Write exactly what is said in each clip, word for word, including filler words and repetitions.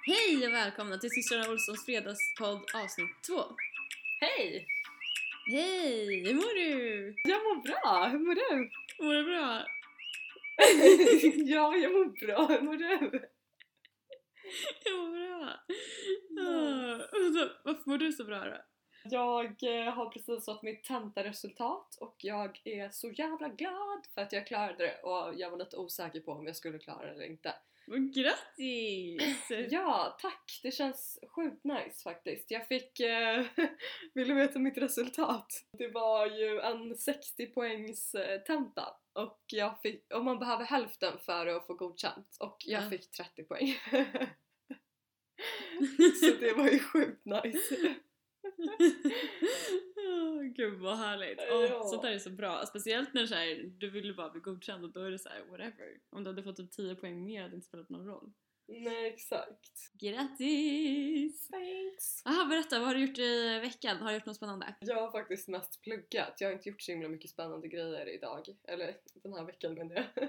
Hej och välkomna till systrarna Olssons fredagspodd avsnitt två. Hej! Hej, hur mår du? Jag mår bra, hur mår du? Mår du bra? Ja, jag mår bra, hur mår du? Jag mår bra. Ah, varför mår du så bra då? Jag eh, har precis fått mitt tentaresultat och jag är så jävla glad för att jag klarade det och jag var lite osäker på om jag skulle klara det eller inte. Men grattis! Ja, tack! Det känns sjukt nice faktiskt. Jag fick, eh, vill du veta mitt resultat? Det var ju en sextio poängs eh, tenta och jag fick, och man behöver hälften för att få godkänt och jag Ja. fick trettio poäng. Så det var ju sjukt nice. Oh, gud vad härligt. Oh, Ja. sånt där är så bra. Speciellt när så här, du vill bara bli godkänd och då är det så här, whatever. Om du hade fått typ tio poäng mer hade det inte spelat någon roll. Nej, exakt. Grattis! Thanks! Aha, berätta, vad har du gjort i veckan? Har du gjort något spännande? Jag har faktiskt mest pluggat. Jag har inte gjort så himla mycket spännande grejer idag. Eller den här veckan menar jag.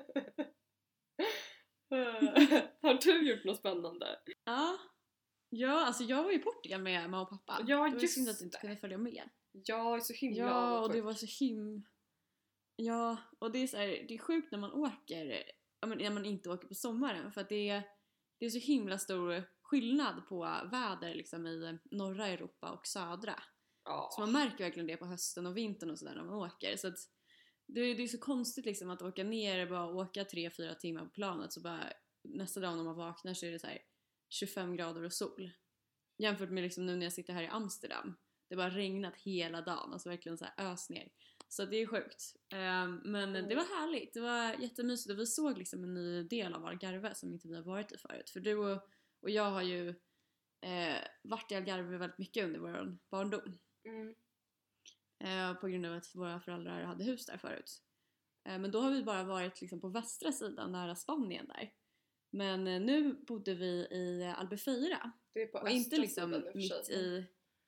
Har du gjort något spännande? Ja. Ja, alltså jag var i Portugal med mamma och pappa. Ja, det var just synd att du det. inte kunde följa med. Jag är så himla Ja, och avundsjuk. det var så him... Ja, och det är så här, det är sjukt när man åker, ja, men när man inte åker på sommaren. För att det är, det är så himla stor skillnad på väder liksom i norra Europa och södra. Ja. Så man märker verkligen det på hösten och vintern och sådär när man åker. Så att det, det är så konstigt liksom att åka ner och bara åka tre fyra timmar på planet. Så bara nästa dag när man vaknar så är det så här tjugofem grader och sol. Jämfört med liksom nu när jag sitter här i Amsterdam. Det har bara regnat hela dagen. Alltså verkligen så här ös ner. Så det är sjukt. Um, men Mm. det var härligt. Det var jättemysigt. Och vi såg liksom en ny del av Algarve som inte vi har varit i förut. För du och, och jag har ju eh, varit i Algarve väldigt mycket under vår barndom. Mm. Eh, på grund av att våra föräldrar hade hus där förut. Eh, men då har vi bara varit liksom på västra sidan nära Spanien där. Men eh, nu bodde vi i Albufeira. Det är på Och inte östra liksom sidan i och för mitt sig. i...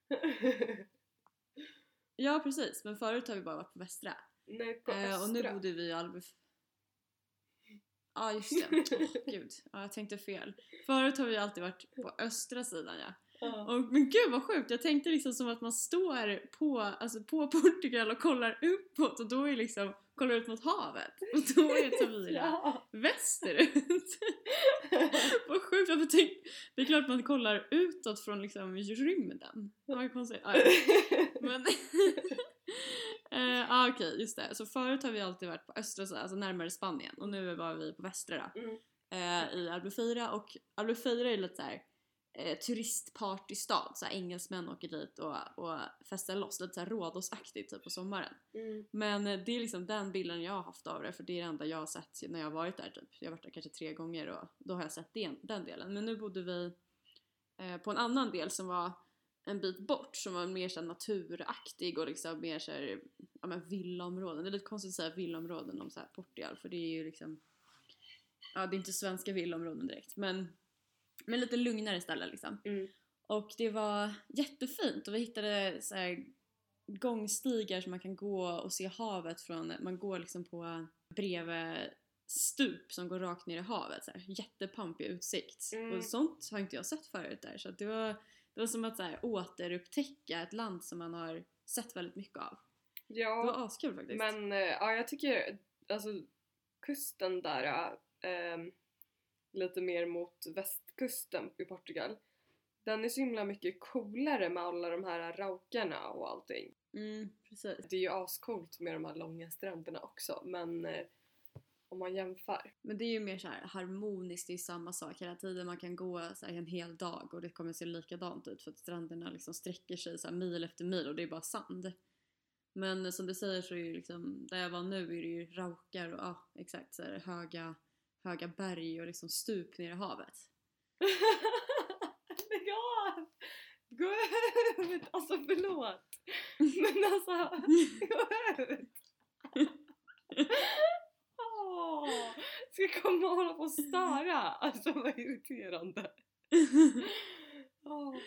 Ja precis, men förut har vi bara varit på västra. Nej, på Eh, östra. och nu bodde vi i Albuf... Ja ah, just det, åh gud, ja, jag tänkte fel. Förut har vi alltid varit på östra sidan ja. Ja. Och, men gud vad sjukt, jag tänkte liksom som att man står på, alltså på Portugal och kollar uppåt och då är liksom, kollar ut mot havet och då är Tavira Ja. västerut. Vad sjukt, jag tänkte, det är klart man kollar utåt från liksom rymden. Vad konstigt, ah, ja. Men eh, ah, okej, okay, just det. Så förut har vi alltid varit på östra sidan, alltså närmare Spanien och nu var vi på västra då. Mm. Eh, i Albufeira och Albufeira är lite så här eh, turistpartystad, så här engelsmän åker dit och, och festar loss, lite så här Rhodosaktigt typ på sommaren. Mm. Men eh, det är liksom den bilden jag har haft av det, för det är det enda jag har sett när jag har varit där typ. Jag har varit där kanske tre gånger och då har jag sett den, den delen. Men nu bodde vi eh, på en annan del som var en bit bort, som var mer så här naturaktig och liksom mer så här, ja men villaområden. Det är lite konstigt att säga villaområden om så här Portugal, för det är ju liksom, ja det är inte svenska villaområden direkt, men, men lite lugnare ställen liksom. Mm. Och det var jättefint och vi hittade så här gångstigar som man kan gå och se havet från, man går liksom på bredvid stup som går rakt ner i havet, så här jättepampig utsikt. Mm. Och sånt har inte jag sett förut där, så att det var det var som att så här återupptäcka ett land som man har sett väldigt mycket av. Ja. Det var askul faktiskt. Men äh, ja, jag tycker alltså kusten där äh, lite mer mot västkusten i Portugal, den är så himla mycket coolare med alla de här raukarna och allting. Mm, precis. Det är ju ascoolt med de här långa stränderna också, men äh, om man jämför. Men det är ju mer så här harmoniskt, det är samma sak hela tiden. Man kan gå så här en hel dag och det kommer se likadant ut för att stränderna liksom sträcker sig så här mil efter mil och det är bara sand. Men som du säger så är det liksom, där jag var nu är det ju raukar och ja, exakt så här, höga, höga berg och liksom stup ner i havet. Lägg av! Gå ut! Alltså förlåt. Men alltså, gå ut! Åh, ska jag komma och hålla på och störa? Alltså vad irriterande. Åh.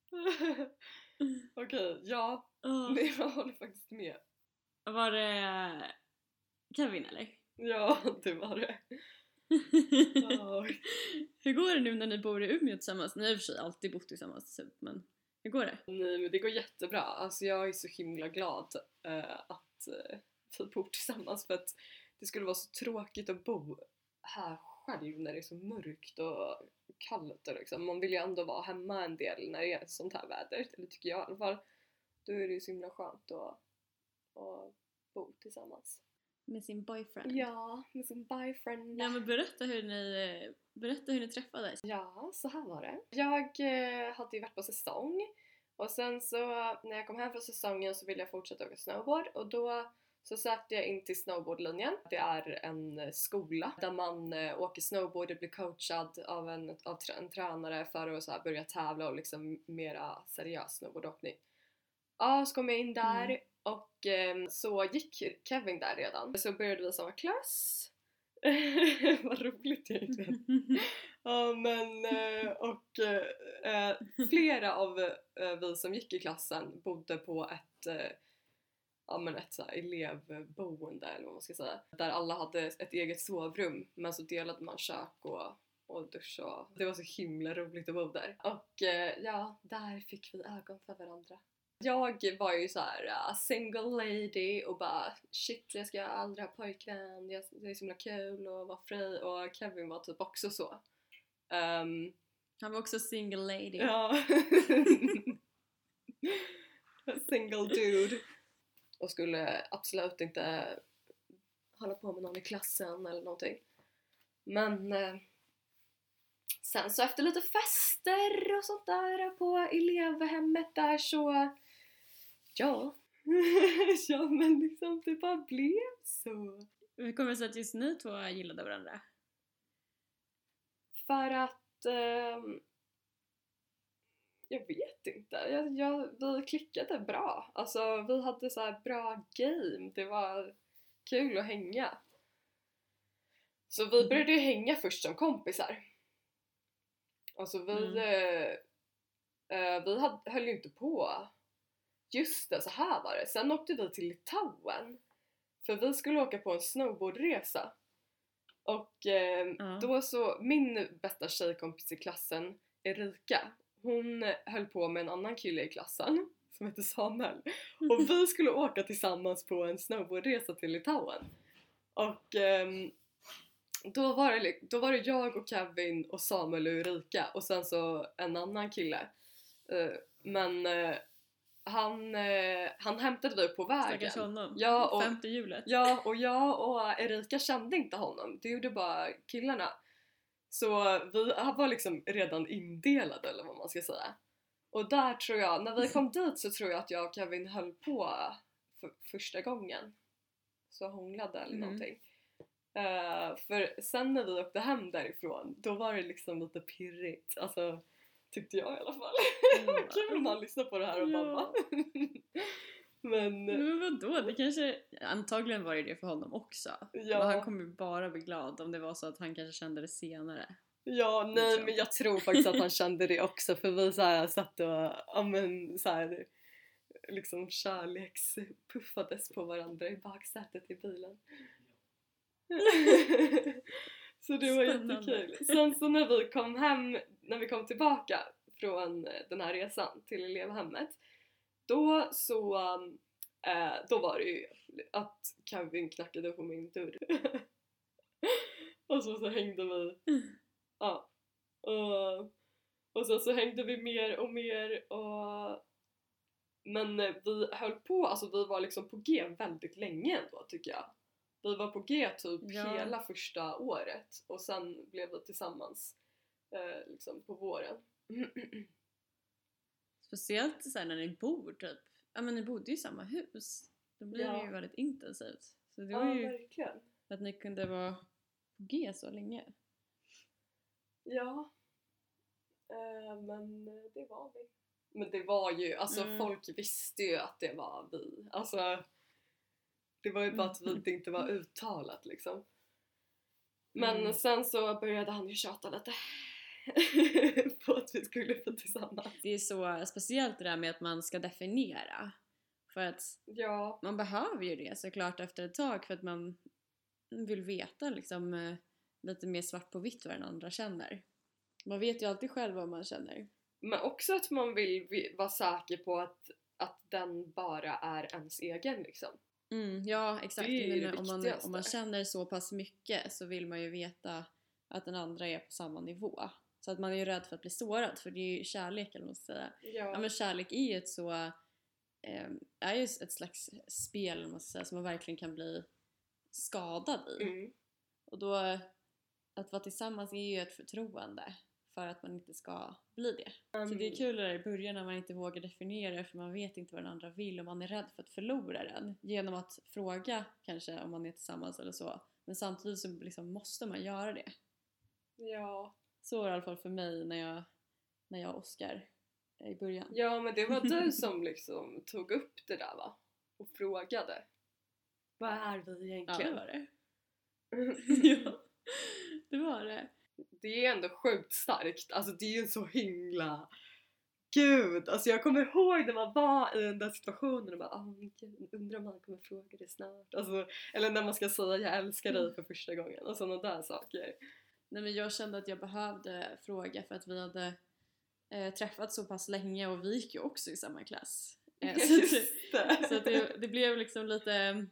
Okej, ja. Oh. Nej, jag håller faktiskt med. Var det Kevin eller? Ja, det var det. Oh. Hur går det nu när ni bor i Umeå tillsammans? Ni har i och för sig alltid bott tillsammans typ, men hur går det? Nej, men det går jättebra. Alltså jag är så himla glad uh, att uh, vi bor tillsammans, för att det skulle vara så tråkigt att bo här själv när det är så mörkt och kallt och liksom. Man vill ju ändå vara hemma en del när det är sånt här väder, eller tycker jag i alla fall. Då är det ju så himla skönt att, att bo tillsammans. Med sin boyfriend? Ja, med sin boyfriend. Ja, men berätta hur ni, berätta hur ni träffades. Ja, så här var det. Jag eh, hade ju varit på säsong. Och sen så när jag kom hem från säsongen så ville jag fortsätta åka snowboard. Och då så sökte jag in till snowboardlinjen. Det är en skola där man eh, åker snowboard och blir coachad av en, av en tränare för att så här, börja tävla och liksom mera seriös snowboardåkning. Ja, så kom jag in där. Mm. Och eh, så gick Kevin där redan. Så började vi samma klass. Vad roligt egentligen. Ja, men eh, och eh, flera av eh, vi som gick i klassen bodde på ett eh, ja, men ett så här elevboende eller vad man ska säga. Där alla hade ett eget sovrum, men så delade man kök och, och dusch och det var så himla roligt att bo där. Och eh, ja, där fick vi ögon för varandra. Jag var ju så här uh, single lady och bara shit, jag ska aldrig ha pojkvän, jag, det är så himla kul och vara fri, och Kevin var typ också så. Um, Han var också single lady. Ja. Single dude. Och skulle absolut inte hålla på med någon i klassen eller någonting. Men eh, sen så efter lite fester och sånt där på elevhemmet där så ja. Ja, men liksom det bara blev så. Hur kommer det sig att just ni två gillade varandra? För att eh, jag vet inte. Jag, jag, vi klickade bra. Alltså vi hade så här bra game. Det var kul att hänga. Så vi började ju hänga först som kompisar. Alltså vi mm. eh, vi hade, höll ju inte på. Just det, så här var det. Sen åkte vi till Litauen. För vi skulle åka på en snowboardresa. Och eh, mm. då så, min bästa tjejkompis i klassen, Erika, hon höll på med en annan kille i klassen som heter Samuel. Och vi skulle åka tillsammans på en snowboardresa till Litauen. Och eh, då, var det, då var det jag och Kevin och Samuel och Erika. Och sen så en annan kille. Eh, men... Eh, Han, eh, han hämtade vi på vägen. Stackars honom. Ja, och, Femte hjulet. Ja, och jag och Erika kände inte honom. Det gjorde bara killarna. Så vi var liksom redan indelade, eller vad man ska säga. Och där tror jag, när vi kom dit så tror jag att jag och Kevin höll på för första gången. Så hånglade eller mm. någonting. Uh, för sen när vi åkte hem därifrån, då var det liksom lite pirrigt. Alltså... tyckte jag i alla fall. Mm. Kul om man lyssnar på det här och ja. Mamma. Men... Men vadå? Det kanske... Antagligen var det det för honom också. Ja. Men han kommer ju bara bli glad om det var så att han kanske kände det senare. Ja, nej, men jag tror faktiskt att han kände det också. För vi så här satt och ja, men, så här, liksom kärlekspuffades på varandra i baksätet i bilen. Så det var jättekul. Sen så när vi kom hem, när vi kom tillbaka från den här resan till elevhemmet, då så äh, då var det ju att Kevin knackade på min dörr. Och så, så hängde vi ja, och, och så, så hängde vi mer och mer och, men vi höll på, alltså vi var liksom på G väldigt länge ändå, tycker jag. Vi var på G typ ja. hela första året. Och sen blev vi tillsammans eh, liksom på våren. Speciellt så här när ni bor typ. Ja, men ni bodde ju i samma hus. Då blir ja. det ju väldigt intensivt. Så det var ja, ju verkligen. Att ni kunde vara på G så länge. Ja. Eh, men det var vi. Men det var ju, alltså mm. folk visste ju att det var vi. Alltså... Det var ju bara att vi inte var uttalat liksom. Men mm. sen så började han ju tjata lite på att vi skulle få tillsammans. Det är så speciellt det där med att man ska definiera. För att ja. man behöver ju det såklart efter ett tag. För att man vill veta liksom lite mer svart på vitt vad den andra känner. Man vet ju alltid själv vad man känner. Men också att man vill vi- vara säker på att, att den bara är ens egen liksom. Mm, ja, exakt. Det är ju Men det om, man, viktigaste. om man känner så pass mycket så vill man ju veta att den andra är på samma nivå. Så att man är ju rädd för att bli sårad, för det är ju kärlek, eller vad man ska säga. Ja. Ja, men kärlek är ju ett så eh, är ju ett slags spel, eller vad man ska säga, som man verkligen kan bli skadad i. Mm. Och då, att vara tillsammans är ju ett förtroende för att man inte ska bli det. Um, Så det är kul där i början när man inte vågar definiera det, för man vet inte vad den andra vill och man är rädd för att förlora den. Genom att fråga kanske om man är tillsammans eller så. Men samtidigt så liksom måste man göra det. Ja. Så var det i alla fall för mig när jag, när jag och Oskar i början. Ja, men det var du som liksom tog upp det där va? Och frågade. Vad är vi Ja, det egentligen? var det. Ja, det var det. Det är ändå sjukt starkt. Alltså det är ju så himla... Gud, alltså jag kommer ihåg när man var i den där situationen och bara, ah, men gud, undrar om han kommer fråga det snart. Alltså, eller när man ska säga jag älskar dig för första gången och sådana där saker. Nej, men jag kände att jag behövde fråga för att vi hade eh, träffats så pass länge och vi gick ju också i samma klass. Eh, så Just det. så att det, det blev liksom lite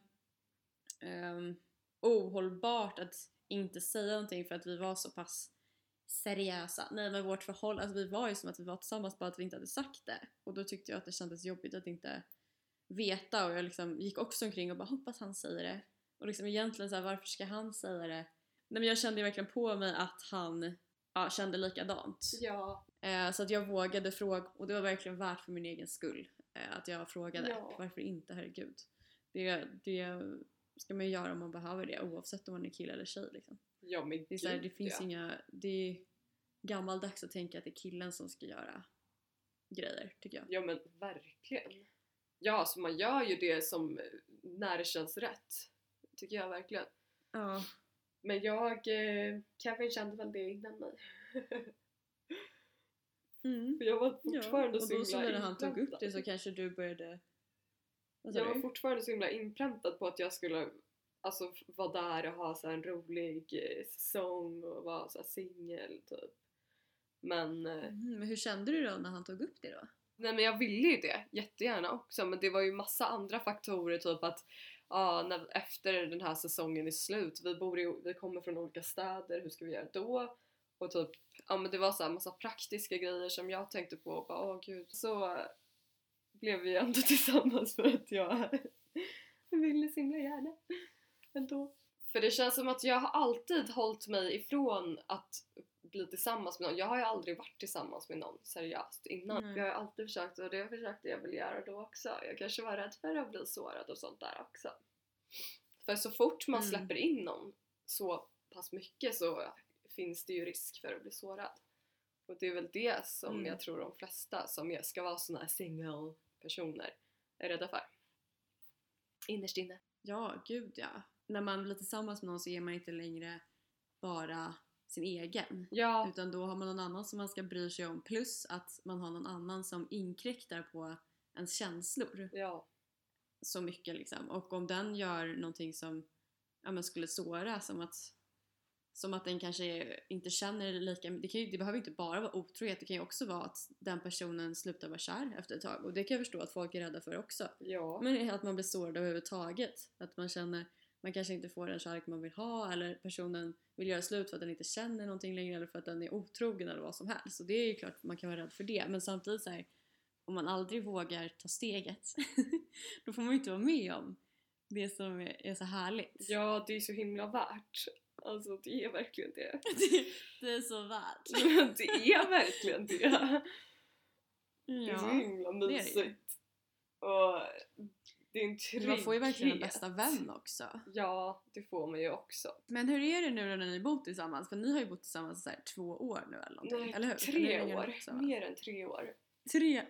um, ohållbart att inte säga någonting för att vi var så pass seriösa. Nej, men vårt förhållande, alltså vi var ju som att vi var tillsammans, bara att vi inte hade sagt det. Och då tyckte jag att det kändes jobbigt att inte veta, och jag liksom gick också omkring och bara hoppas han säger det. Och liksom egentligen så här, varför ska han säga det? Nej, men jag kände ju verkligen på mig att han ja, kände likadant. Ja. Eh, så att jag vågade fråga, och det var verkligen värt för min egen skull eh, att jag frågade. Ja. Varför inte, herregud. Det, det ska man ju göra om man behöver det, oavsett om man är kille eller tjej liksom. Ja, men Det är så här, gud, det finns ja. inga, det är gammaldags att tänka att det är killen som ska göra grejer, tycker jag. Ja, men verkligen. Ja, så man gör ju det som när det känns rätt. Tycker jag verkligen. Ja. Men jag, eh, Kevin kände väl det innan mig. Mm. För jag var Ja, fortfarande och så då så himla när han tog upp inpräntad. det så kanske du började... Vad sa Jag var du? fortfarande så himla inpräntad på att jag skulle alltså vara där och ha så här en rolig eh, säsong och vara så här singel typ. Men eh, Mm, men hur kände du då när han tog upp det då? nej, men jag ville ju det jättegärna också, men det var ju massa andra faktorer, typ att ja, när, efter den här säsongen är slut, vi bor i, vi kommer från olika städer, hur ska vi göra då? Och typ, ja men det var så här massa praktiska grejer som jag tänkte på och bara, åh gud, så blev vi ändå tillsammans för att jag ville så himla gärna ändå. För det känns som att jag har alltid hållit mig ifrån att bli tillsammans med någon. Jag har ju aldrig varit tillsammans med någon seriöst innan. Mm. Jag har alltid försökt, och det försökte jag väl göra då också. Jag kanske var rädd för att bli sårad och sånt där också. För så fort man Mm. släpper in någon så pass mycket så finns det ju risk för att bli sårad. Och det är väl det som Mm. jag tror de flesta som ska vara såna här single personer är rädda för. Innerst inne. Ja, gud ja. När man blir tillsammans med någon så är man inte längre bara sin egen. Ja, Utan då har man någon annan som man ska bry sig om. Plus att man har någon annan som inkräktar på ens känslor ja, så mycket liksom. Och om den gör någonting som ja, men skulle såra, som att som att den kanske inte känner lika, det, kan ju, det behöver ju inte bara vara otrohet, det kan ju också vara att den personen slutar vara kär efter ett tag, och det kan jag förstå att folk är rädda för också. ja. Men att man blir sårad överhuvudtaget, att man känner man kanske inte får den kärlek man vill ha, eller personen vill göra slut för att den inte känner någonting längre, eller för att den är otrogen eller vad som helst. Så det är ju klart att man kan vara rädd för det, men samtidigt så här, om man aldrig vågar ta steget då får man ju inte vara med om det som är, är så härligt. Ja, det är så himla värt. Alltså det är verkligen det. det, det är så värt. Det är verkligen det. Det är så Ja, himla det är det ju. mysigt. Och det är en trygghet. Man får ju verkligen en bästa vän också. Ja, det får man ju också. Men hur är det nu då när ni bor tillsammans? För ni har ju bott tillsammans så här två år nu eller någonting, Nej, eller hur? tre Eller hur länge har ni år. bott tillsammans? Mer än tre år. Tre?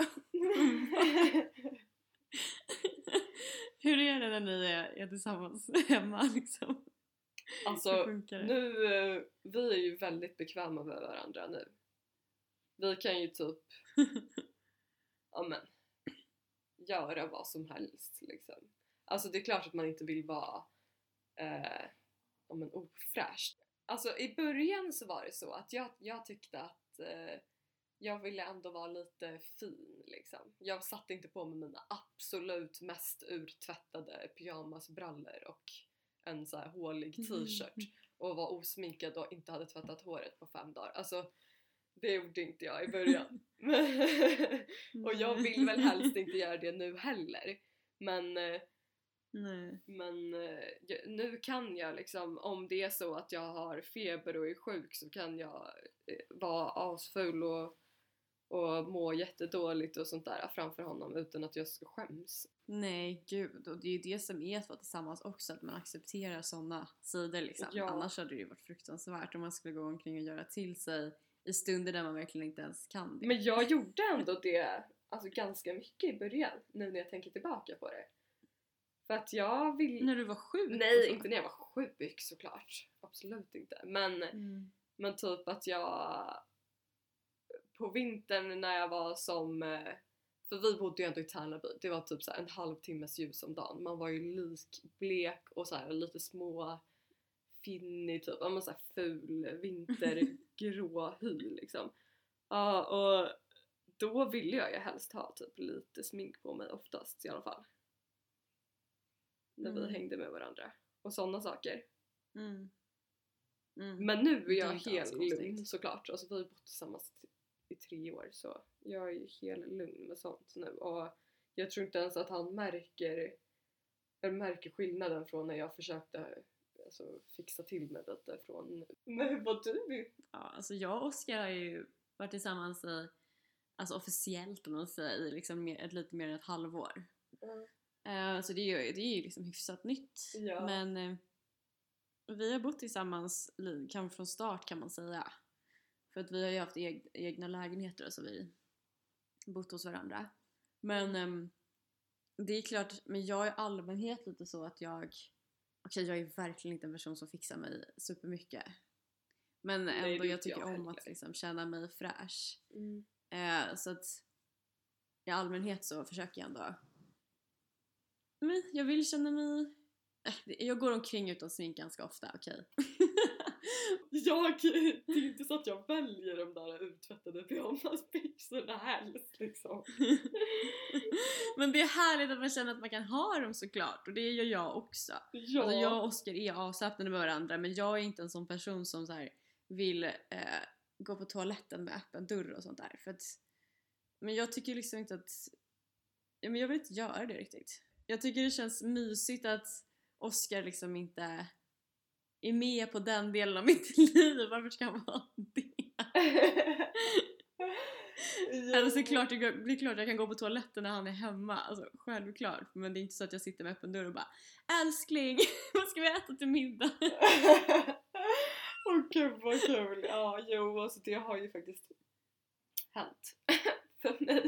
Hur är det när ni är, är tillsammans hemma liksom? Hur Alltså, funkar det? nu, eh, vi är ju väldigt bekväma med varandra nu. Vi kan ju typ, ja men, göra vad som helst liksom. Alltså det är klart att man inte vill vara, eh, ja men ofräsch. Alltså i början så var det så att jag, jag tyckte att eh, jag ville ändå vara lite fin liksom. Jag satte inte på mig mina absolut mest urtvättade pyjamasbrallor och en så här hålig t-shirt och var osminkad och inte hade tvättat håret på fem dagar. Alltså det gjorde inte jag i början. Och jag vill väl helst inte göra det nu heller. Men Nej. Men nu kan jag liksom, om det är så att jag har feber och är sjuk, så kan jag vara asfull och, och må jättedåligt och sånt där framför honom utan att jag ska skäms. Nej, gud. Och det är ju det som är att vara tillsammans också, att man accepterar sådana sidor liksom. Ja. Annars hade det ju varit fruktansvärt om man skulle gå omkring och göra till sig i stunder där man verkligen inte ens kan det. Men jag gjorde ändå det alltså ganska mycket i början, nu när jag tänker tillbaka på det. För att jag vill... När du var sjuk? Nej, inte när jag var sjuk såklart. Absolut inte. Men, mm. men typ att jag... På vintern när jag var som... För vi bodde ju ändå i Tärnaby. Det var typ så här en halvtimmes ljus om dagen. Man var ju likblek och så här lite små... Finnig typ. Man så här ful vintergrå hy liksom. Ja, och då ville jag ju helst ha typ lite smink på mig oftast i alla fall. När Mm. vi hängde med varandra. Och sådana saker. Mm. Mm. Men nu är Det är jag inte helt alls konstigt. lugn såklart. Alltså vi har bott tillsammans i tre år. Så jag är ju helt lugn med sånt nu. Och jag tror inte ens att han märker, eller märker skillnaden från när jag försökte alltså, fixa till mig lite från nu. Men hur var du? Ja, alltså jag och Oskar har ju varit tillsammans i, alltså officiellt om man säger, i liksom mer, ett lite mer än ett halvår. Mm. Uh, så det är ju, det är ju liksom hyfsat nytt. Ja. Men uh, vi har bott tillsammans kanske från start kan man säga. För att vi har ju haft eg- egna lägenheter så vi bott hos varandra. Men um, det är klart, men jag är i allmänhet lite så att jag okej, jag är verkligen inte en person som fixar mig supermycket. Men Nej, ändå det jag inte tycker jag om heller. att liksom känna mig fräsch. Mm. Uh, så att i allmänhet så försöker jag ändå. Men jag vill känna mig... Jag går omkring utan smink ganska ofta, okej. Jag, det är inte så att jag väljer de där uttvättade pyjamasbyxorna helst liksom. Men det är härligt att man känner att man kan ha dem såklart. Och det gör jag också. Ja. Alltså jag och Oskar är avslappnade med varandra. Men jag är inte en sån person som så här vill eh, gå på toaletten med öppen dörr och sånt där. För att, men jag tycker liksom inte att... Ja, men jag vill inte göra det riktigt. Jag tycker det känns mysigt att Oskar liksom inte är med på den delen av mitt liv. Varför ska han vara det? Ja. Alltså, det, är klart, det är klart jag kan gå på toaletten när han är hemma. Alltså, självklart. Men det är inte så att jag sitter med öppen dörr och bara älskling, vad ska vi äta till middag? Åh gud vad kul. Ja, jo, alltså det har ju faktiskt hänt för mig.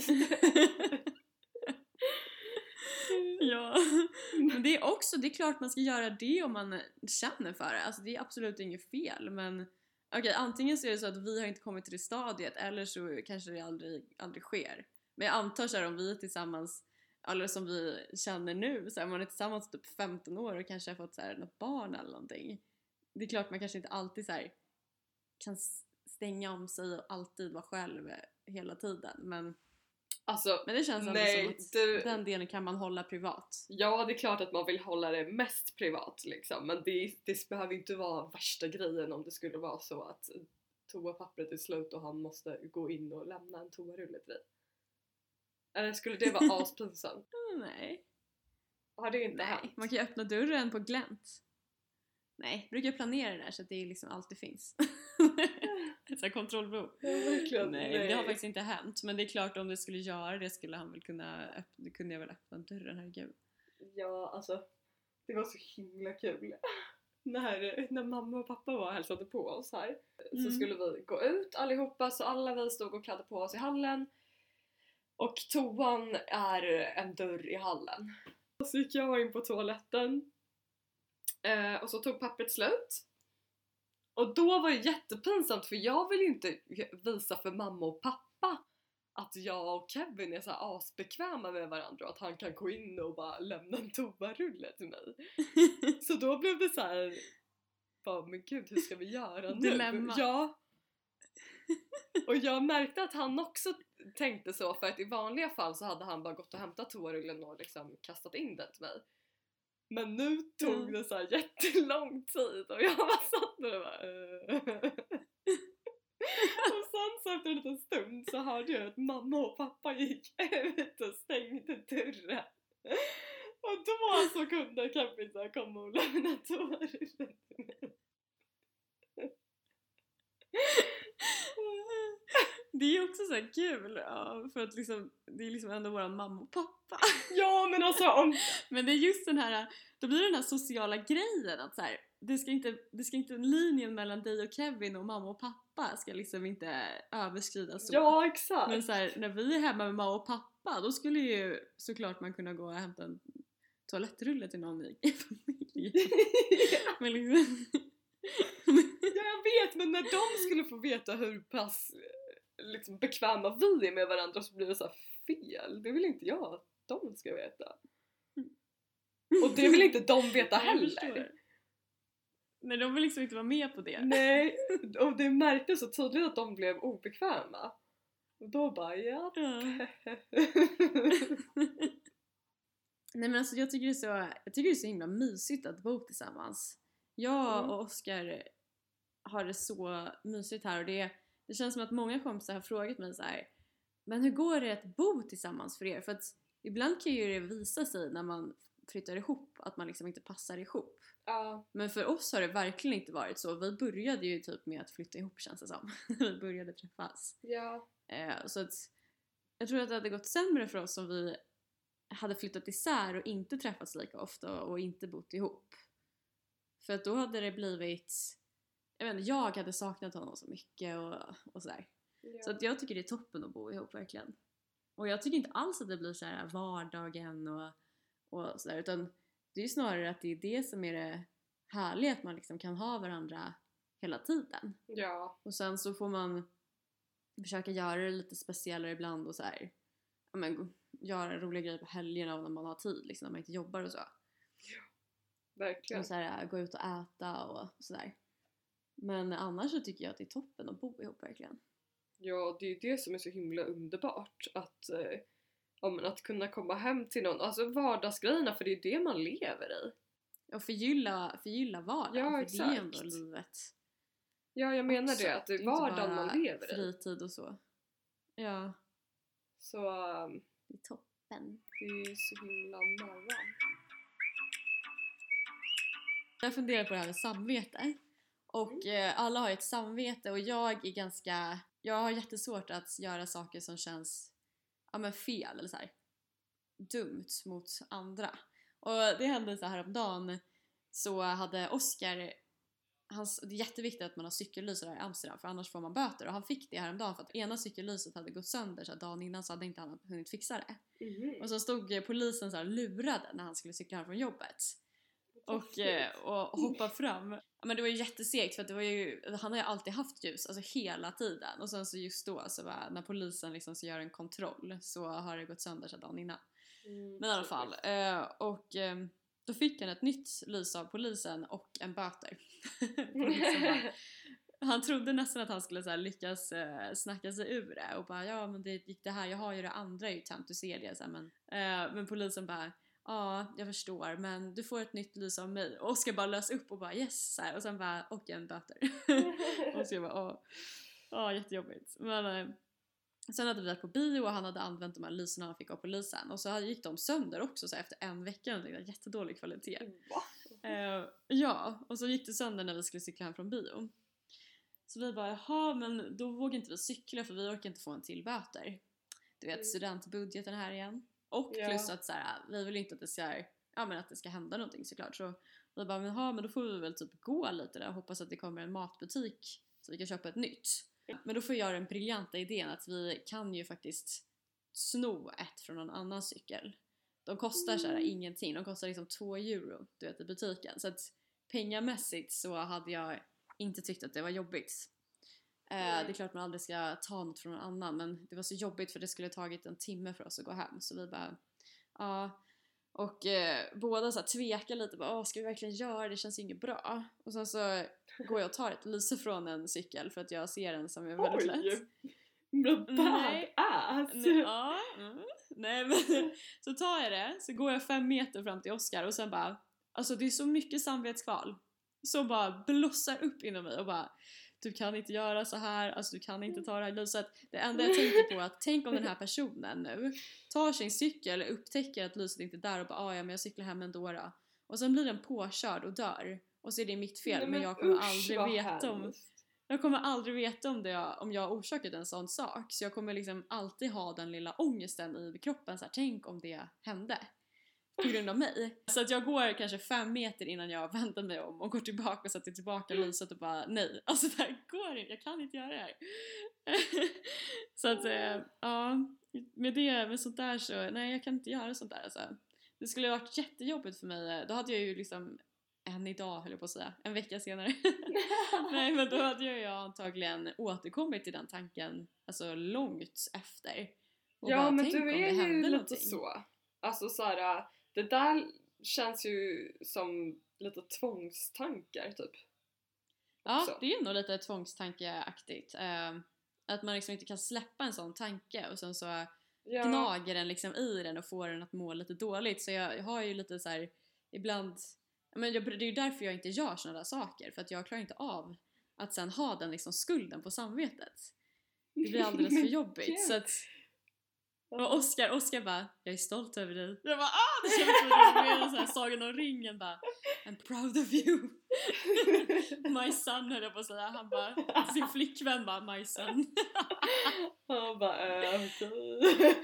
Ja, men det är också, det är klart man ska göra det om man känner för det. Alltså det är absolut inget fel, men okej, okay, antingen så är det så att vi har inte kommit till det stadiet, eller så kanske det aldrig, aldrig sker. Men jag antar så här, om vi är tillsammans, eller som vi känner nu, så här, man är tillsammans typ femton år och kanske har fått så här, något barn eller någonting. Det är klart man kanske inte alltid så här, kan stänga om sig och alltid vara själv hela tiden, men Alltså, Men det känns ändå nej, som att du... den delen kan man hålla privat. Ja, det är klart att man vill hålla det mest privat liksom. Men det, det behöver inte vara värsta grejen om det skulle vara så att toapappret är slut och han måste gå in och lämna en toarulle till dig. Eller skulle det vara aspinsamt? Nej. Har det inte Nej, hänt? man kan ju öppna dörren på glänt. Nej, jag brukar planera det där så att det liksom alltid finns. Ett sånt här kontrollbehov. Ja, verkligen. Nej, Nej, det har faktiskt inte hänt. Men det är klart, om det skulle göra det skulle han väl kunna öppna, kunde jag väl öppna dörren, herregud. Ja, alltså det var så himla kul. När, när mamma och pappa var och hälsade på oss här Mm. så skulle vi gå ut allihopa, så alla vi stod och klädde på oss i hallen. Och toan är en dörr i hallen. Så gick jag in på toaletten eh, och så tog pappret slut. Och då var det jättepinsamt, för jag vill ju inte visa för mamma och pappa att jag och Kevin är så här asbekväma med varandra och att han kan gå in och bara lämna en toarulle till mig. Så då blev det så här. bara, men gud, hur ska vi göra nu? Dilemma. Ja. Och jag märkte att han också tänkte så, för att i vanliga fall så hade han bara gått och hämtat toarullen och liksom kastat in den till mig. Men nu tog Mm. det så här jättelång tid och jag bara satt där och bara uh. Och sen så efter en liten stund så hörde jag att mamma och pappa gick ut och stängde dörren. Och då så kunde Kevin så här komma och lämna toarullen till mig. Det är också så här kul, ja, för att liksom, det är liksom ändå våran mamma och pappa. Ja, men alltså om... Men det är just den här, då blir det den här sociala grejen att så här, det ska inte, det ska inte, linjen mellan dig och Kevin och mamma och pappa ska liksom inte överskridas så. Ja, exakt. Men så här, när vi är hemma med mamma och pappa, då skulle ju såklart man kunna gå och hämta en toalettrulle till någon i familjen. Men liksom... Ja, jag vet, men när de skulle få veta hur pass liksom, bekväma vi är med varandra så blir det så här fel. Det vill inte jag att de ska veta. Och det vill inte de veta heller. Nej, de vill liksom inte vara med på det. Nej, och det märktes så tydligt att de blev obekväma. Och då bara, ja. Ja. Nej, men alltså jag tycker det är så, jag tycker det är så himla mysigt att bo tillsammans. Jag Mm. och Oskar har det så mysigt här och det, det känns som att många kompisar har frågat mig så här: men hur går det att bo tillsammans för er? För att ibland kan ju det visa sig när man flyttar ihop att man liksom inte passar ihop. Ja. Men för oss har det verkligen inte varit så. Vi började ju typ med att flytta ihop, känns det som. Vi började träffas. Ja. Eh, så att jag tror att det hade gått sämre för oss om vi hade flyttat isär och inte träffats lika ofta och inte bott ihop. För att då hade det blivit, jag vet inte, jag hade saknat honom så mycket och, och sådär. Ja. Så att jag tycker det är toppen att bo ihop, verkligen. Och jag tycker inte alls att det blir så här vardagen och, och sådär, utan det är ju snarare att det är det som är det härliga, att man liksom kan ha varandra hela tiden. Ja. Och sen så får man försöka göra det lite speciellare ibland och så här, ja, men, göra roliga grejer på helgerna och när man har tid, liksom, när man inte jobbar och så. Verkligen. Och så här, gå ut och äta och sådär. Men annars så tycker jag att det är toppen att bo ihop, verkligen. Ja, det är ju det som är så himla underbart. Att, eh, ja, men att kunna komma hem till någon. Alltså vardagsgrejerna, för det är det man lever i. Och förgylla, förgylla vardagen, Ja, för exakt. det är ändå livet. Ja, jag menar också. det. Att det är inte vardagen bara man lever i. fritid och så. Ja, Så um, det är toppen. det är så himla nära. Jag funderar på det här med samvete. Och eh, alla har ett samvete och jag är ganska, jag har jättesvårt att göra saker som känns, ja, men fel eller så här dumt mot andra. Och det hände så här häromdagen, så hade Oskar, hans, det är jätteviktigt att man har cykellyser där i Amsterdam, för annars får man böter, och han fick det häromdagen för att ena cykellyset hade gått sönder, så att dagen innan så hade inte han hunnit fixa det. Mm. Och så stod polisen så här lurade när han skulle cykla hem från jobbet. Och, eh, och hoppa fram. Ja, men det var ju jättesegt, för att det var ju, han har ju alltid haft ljus, alltså hela tiden. Och sen så just då, så var, när polisen liksom ska göra en kontroll, så har det gått sönder så dagen innan. Mm, Men i alla fall, eh, och eh, då fick han ett nytt lys av polisen och en böter. Polisen bara, han trodde nästan att han skulle så här lyckas eh, snacka sig ur det och bara, ja men det gick det här, jag har ju det andra, är ju tömt, du ser det så här, men, eh, men polisen bara, ja, jag förstår, men du får ett nytt lys av mig. Och Oskar bara lös upp och bara yes, så här, och sen bara, och en böter. Och så jag bara, åh, åh, jättejobbigt. Men eh, sen hade vi varit på bio och han hade använt de här lyserna han fick av polisen. Och så gick de sönder också så här, efter en vecka, och det var jättedålig kvalitet. Va? Eh, ja, och så gick det sönder när vi skulle cykla hem från bio. Så vi bara, jaha, men då vågar inte vi cykla för vi orkar inte få en till böter. Du vet, Mm. studentbudgeten här igen. Och Ja. plus att så här, vi vill inte att det ska, ja, men att det ska hända någonting såklart. Så vi bara, men, ha, men då får vi väl typ gå lite där och hoppas att det kommer en matbutik så vi kan köpa ett nytt. Men då får jag den briljanta idén att vi kan ju faktiskt sno ett från någon annan cykel. De kostar så här Mm. ingenting, de kostar liksom två euro, du vet, i butiken. Så att pengamässigt så hade jag inte tyckt att det var jobbigt. Eh, Mm. det är klart man aldrig ska ta något från någon annan, men det var så jobbigt för det skulle tagit en timme för oss att gå hem. Så vi bara, ja, Och eh, båda så här tvekar lite, bara, Åh, ska vi verkligen göra det? Det känns ju inget bra. Och sen så går jag och tar ett lyse från en cykel för att jag ser den som är väldigt lätt. Oj! Badass! Nej, ja, mm. Nej men så tar jag det, så går jag fem meter fram till Oscar och sen bara, alltså det är så mycket samvetskval. Så bara blossar upp inom mig och bara, du kan inte göra så här, alltså du kan inte ta det här lyset. Det enda jag tänker på är att tänk om den här personen nu tar sin cykel och upptäcker att lyset inte är där och bara, ah, ja men jag cyklar hem ändå då. Och sen blir den påkörd och dör. Och så är det mitt fel. Nej, men, men jag kommer usch, aldrig veta om Jag kommer aldrig veta om, det, om jag har orsakat en sån sak. Så jag kommer liksom alltid ha den lilla ångesten i kroppen så här, tänk om det hände på grund av mig. Så att jag går kanske fem meter innan jag vänder mig om och går tillbaka och sätter tillbaka lyset och bara nej, alltså det här går inte, jag kan inte göra det här. Så att eh, ja, med det, med sånt där så, nej jag kan inte göra sånt där alltså. Det skulle ha varit jättejobbigt för mig, då hade jag ju liksom än idag höll jag på att säga, en vecka senare. Nej men då hade jag ju antagligen återkommit till den tanken alltså långt efter. Och ja bara, men du är ju lite någonting. så. Alltså såhär, det där känns ju som lite tvångstankar typ. Ja, så. Det är nog lite tvångstankeaktigt. Uh, att man liksom inte kan släppa en sån tanke och sen så ja. gnager den liksom i den och får den att må lite dåligt. Så jag, jag har ju lite så här ibland, men jag, det är ju därför jag inte gör såna där saker, för att jag klarar inte av att sen ha den liksom skulden på samvetet. Det blir alldeles för jobbigt. Så att, och Oscar, Oscar bara, jag är stolt över dig. Jag bara, ah, det känns som att det är en sån här Sagan om ringen bara, I'm proud of you. My son höll jag på att säga. Han bara, sin flickvän bara, my son. Han bara, äh, okej.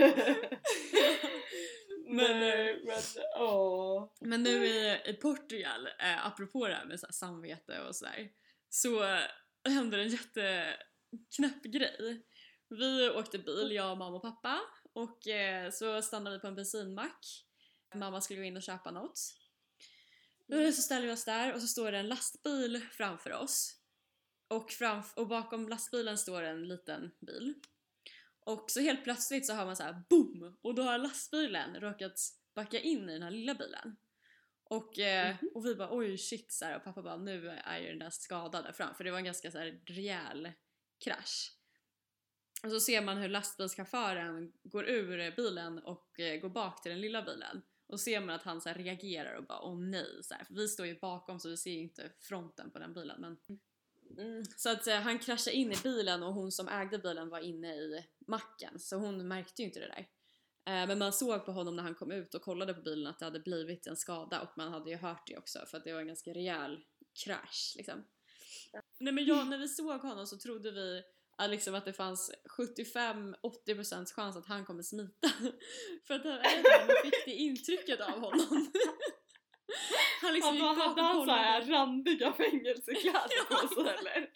Men, men, åh. men nu i, i Portugal, eh, apropå det här med så här samvete och sådär, så äh, hände en jätteknäpp grej. Vi åkte bil, jag, mamma och pappa, och eh, så stannade vi på en bensinmack. Mamma skulle gå in och köpa något. Mm. Så ställer vi oss där och så står det en lastbil framför oss. Och, framf- och bakom lastbilen står en liten bil. Och så helt plötsligt så hör man så här boom! Och då har lastbilen råkat backa in i den här lilla bilen. Och, eh, mm-hmm. och vi bara oj shit så här, och pappa bara nu är ju den där skadad där fram. För det var en ganska så här rejäl krasch. Och så ser man hur lastbilschauffören går ur bilen och eh, går bak till den lilla bilen. Och ser man att han så här reagerar och bara åh nej så här. För vi står ju bakom så vi ser ju inte fronten på den bilen. Men... Mm. Så att eh, han kraschade in i bilen och hon som ägde bilen var inne i macken. Så hon märkte ju inte det där. Eh, men man såg på honom när han kom ut och kollade på bilen att det hade blivit en skada. Och man hade ju hört det också för att det var en ganska rejäl krasch liksom. Nej men jag, när vi såg honom så trodde vi att, liksom, att det fanns sjuttiofem till åttio procent chans att han kommer smita. För att man fick det intrycket av honom. Han liksom gick bak och kollade. Han hade randiga fängelsekläder på sig eller?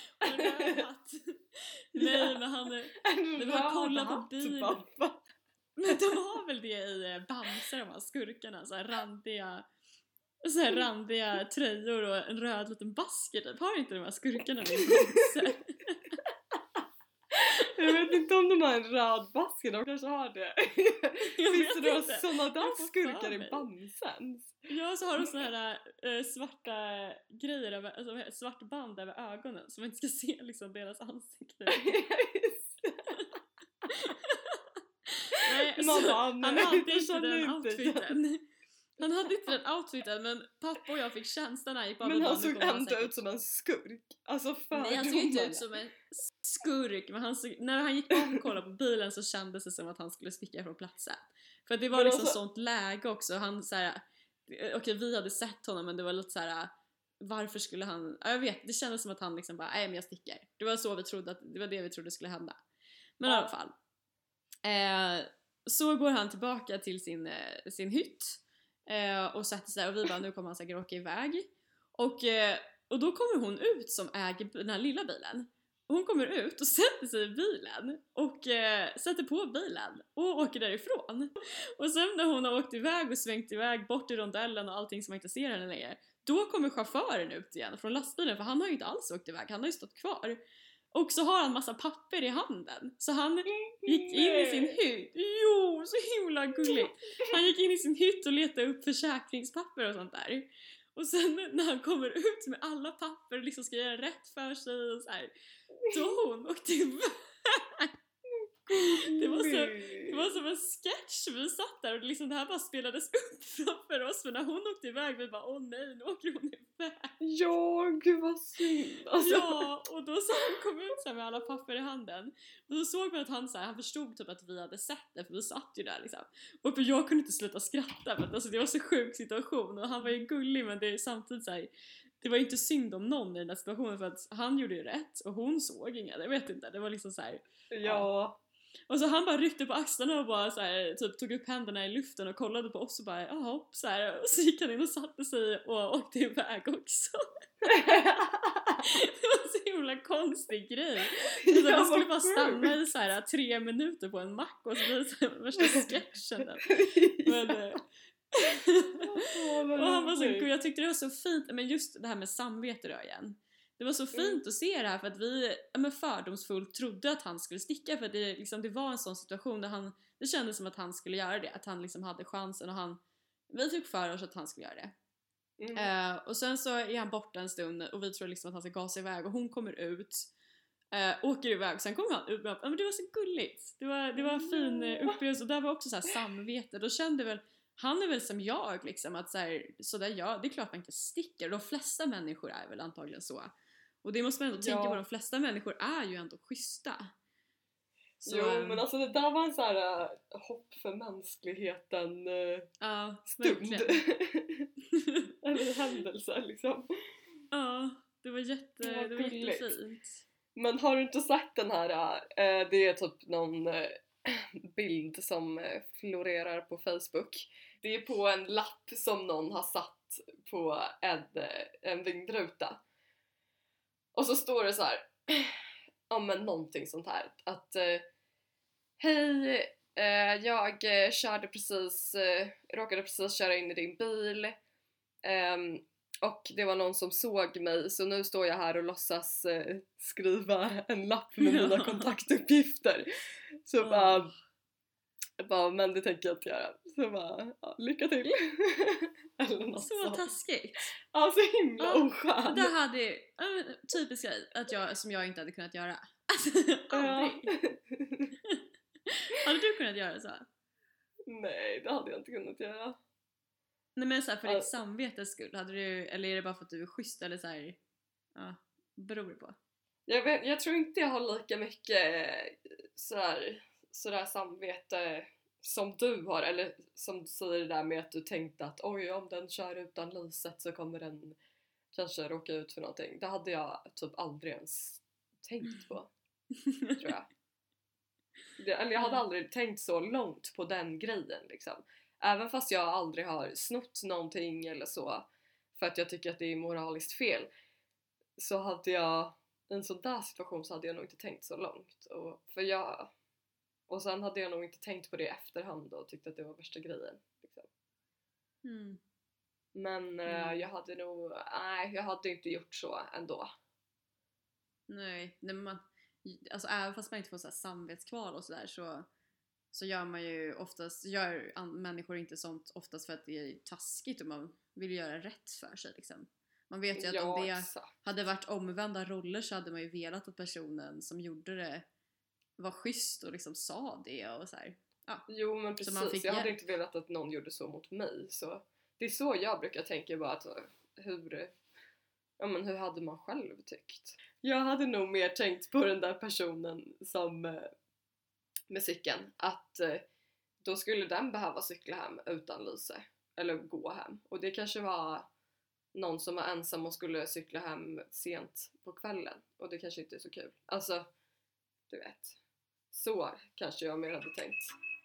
Nej men han det var kolla på bilen. Men de har väl det i Bamse, de här skurkarna, så här randiga så här randiga tröjor och en röd liten basket typ. Har inte de här skurkarna i Bamse? Jag vet inte om de har en röd basket, de kanske har det. Finns det då sådana där skurkar i Bamsen? Ja, så har de såna här äh, svarta grejer över, alltså svart band över ögonen så man inte ska se liksom deras ansikte. Nej, så, han hade inte den outfiten. Han hade inte den outfiten, men pappa och jag fick känslan när jag gick bara. Men han såg ändå ut som en skurk. Alltså för Nej, han såg inte ut som en skurk, men han såg, när han gick bak och kollade på bilen så kändes det som att han skulle sticka från platsen. För det var men liksom alltså... sånt läge också. Han så här, okej vi hade sett honom men det var lite så här. Varför skulle han, jag vet, det kändes som att han liksom bara, nej men jag sticker. Det var så vi trodde att, det var det vi trodde skulle hända. Men ja. I alla fall eh, så går han tillbaka till sin, eh, sin hytt eh, och sätter sig och vi bara, nu kommer han säkert åka iväg. Och, eh, och då kommer hon ut som äger den här lilla bilen. Och hon kommer ut och sätter sig i bilen och eh, sätter på bilen och åker därifrån. Och sen när hon har åkt iväg och svängt iväg bort i rondellen och allting som man inte ser henne längre, då kommer chauffören ut igen från lastbilen, för han har ju inte alls åkt iväg, han har ju stått kvar. Och så har han massa papper i handen. Så han gick in i sin hytt. Jo, så himla gulligt. Han gick in i sin hytt och letade upp försäkringspapper och sånt där. Och sen när han kommer ut med alla papper och liksom ska göra rätt för sig och så här, då hon åkte iväg. Det var, så, det var som en sketch. Vi satt där och liksom det här bara spelades upp framför oss. För när hon åkte iväg, vi bara, åh nej, nu åker hon iväg. Ja, gud vad synd alltså. Ja, och då så han kom ut så här med alla papper i handen. Och då såg man att han så här, han förstod typ att vi hade sett det. För vi satt ju där liksom. Och för jag kunde inte sluta skratta. För att, alltså, det var så sjuk situation. Och han var ju gullig, men det är samtidigt så här, det var inte synd om någon i den här situationen. För att han gjorde ju rätt och hon såg inga. Jag vet inte, det var liksom så här. Ja, ja. Och så han bara ryckte på axlarna och bara så här, typ tog upp händerna i luften och kollade på oss och bara, ja hopp, så här. Och så gick han in och satte sig och åkte iväg också. Det var så himla konstig grej. Så ja, vi skulle bara stanna i så här tre minuter på en mack och så blev det så här värsta sketchen där. Men, och han var så, gud, jag tyckte det var så fint, men just det här med samvete då igen. Det var så fint mm. att se det här för att vi men fördomsfullt trodde att han skulle sticka för att det, liksom, det var en sån situation där han, det kändes som att han skulle göra det, att han liksom hade chansen och han, vi fick för oss att han skulle göra det. Mm. Uh, och sen så är han borta en stund och vi tror liksom att han ska gasa iväg och hon kommer ut, uh, åker iväg, sen kommer han ut och men det var så gulligt, det var, det var en fin uh, upplevelse och där var också så här samvete, då kände väl han är väl som jag liksom att så, här, så där jag, det är klart man inte sticker, de flesta människor är väl antagligen så. Och det måste man ändå tänka ja. på, de flesta människor är ju ändå schyssta. Så, jo, men alltså det där var en sån här uh, hopp för mänskligheten uh, ja, stund. Eller händelse liksom. Ja, det var, jätte, det var, det var jättefint. Men har du inte sett den här, uh, det är typ någon uh, bild som uh, florerar på Facebook. Det är på en lapp som någon har satt på en, uh, en vindruta. Och så står det så här, ja men någonting sånt här, att eh, hej, eh, jag eh, körde precis, eh, råkade precis köra in i din bil eh, och det var någon som såg mig, så nu står jag här och låtsas eh, skriva en lapp med mina kontaktuppgifter. Så oh. bara, bara, men det tänker jag inte göra. Så bara, ja, lycka till. Eller något så sånt. Taskigt. Ja, så himla ja, oskön. Det hade ju, typiskt grej att jag, som jag inte hade kunnat göra. Aldrig. Hade du kunnat göra så? Nej, det hade jag inte kunnat göra. Nej, men så här, för ditt samvetes skull, hade du, eller är det bara för att du är schysst eller så här, ja, beror det på? Jag, vet, jag tror inte jag har lika mycket sådär, sådär samvete som du har, eller som du säger det där med att du tänkte att oj, om den kör utan lyset så kommer den kanske råka ut för någonting. Det hade jag typ aldrig ens tänkt på, tror jag. Det, eller jag hade aldrig tänkt så långt på den grejen liksom. Även fast jag aldrig har snott någonting eller så, för att jag tycker att det är moraliskt fel, så hade jag i en sån där situation så hade jag nog inte tänkt så långt. Och, för jag, och sen hade jag nog inte tänkt på det i efterhand och tyckte att det var värsta grejen liksom. Mm. Men mm. Eh, jag hade nog, nej jag hade inte gjort så ändå. Nej, nej men man, alltså även fast man inte får så här samvetskval och sådär så, så gör man ju oftast, gör an- människor inte sånt oftast för att det är taskigt och man vill göra rätt för sig liksom. Man vet ju att ja, om det exakt. hade varit omvända roller så hade man ju velat att personen som gjorde det var schysst och liksom sa det och så här. Ja. Jo men precis, jag hjälp. hade inte velat att någon gjorde så mot mig, så det är så jag brukar tänka bara att hur, ja men hur hade man själv tyckt? Jag hade nog mer tänkt på den där personen som med cykeln, att då skulle den behöva cykla hem utan lyse eller gå hem, och det kanske var någon som var ensam och skulle cykla hem sent på kvällen och det kanske inte är så kul. Alltså, du vet. Så kanske jag mer hade tänkt.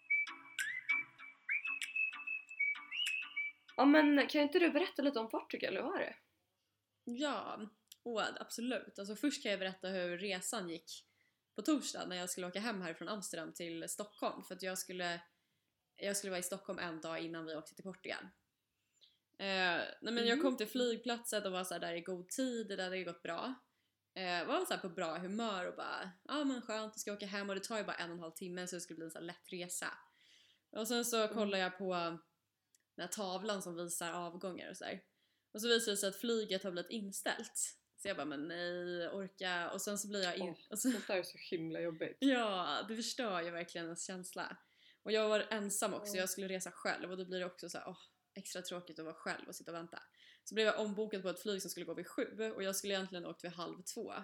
Ja men kan inte du berätta lite om Portugal, hur var det? Ja, oh, absolut. Alltså först kan jag berätta hur resan gick på torsdag när jag skulle åka hem här från Amsterdam till Stockholm. För att jag skulle, jag skulle vara i Stockholm en dag innan vi åkte till Portugal. Eh, nej men jag kom till flygplatsen och var så här där i god tid, det hade gått bra. eh, var så här på bra humör och bara, ja ah, men skönt, jag ska åka hem och det tar ju bara en och en halv timme så det skulle bli en så här lätt resa. Och sen så kollar jag på den här tavlan som visar avgångar och så här. Och så visar det sig att flyget har blivit inställt. Så jag bara, men nej, orka. Och sen så blir jag in... Oh, och så... Sånt där är så himla jobbigt. Ja, det förstör ju verkligen ens känsla. Och jag var ensam också, jag skulle resa själv. Och då blir det också så här, åh, extra tråkigt att vara själv och sitta och vänta. Så blev jag ombokad på ett flyg som skulle gå vid sju. Och jag skulle egentligen åkt vid halv två.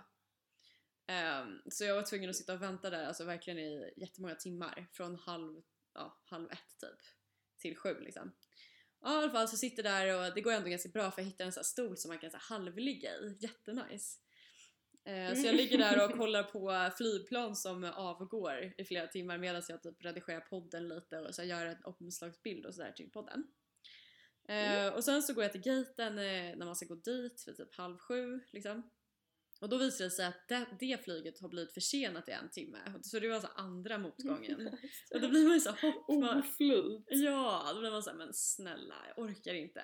Um, så jag var tvungen att sitta och vänta där, alltså verkligen i jättemånga timmar. Från halv, ja, halv ett typ till sju liksom. Ja, i alla fall så sitter där och det går ändå ganska bra för jag hittar en sån här stol som man kan så här halvligga i. Jättenice. Eh, så jag ligger där och kollar på flygplan som avgår i flera timmar medan jag typ redigerar podden lite och så gör en omslagsbild och sådär till podden. Eh, mm. Och sen så går jag till gaten eh, när man ska gå dit för typ halv sju liksom. Och då visar det sig att det, det flyget har blivit försenat i en timme. Så det var alltså andra motgången. Och då blir man ju så hopp. Oflyt. Ja, då blir man så här, men snälla, jag orkar inte.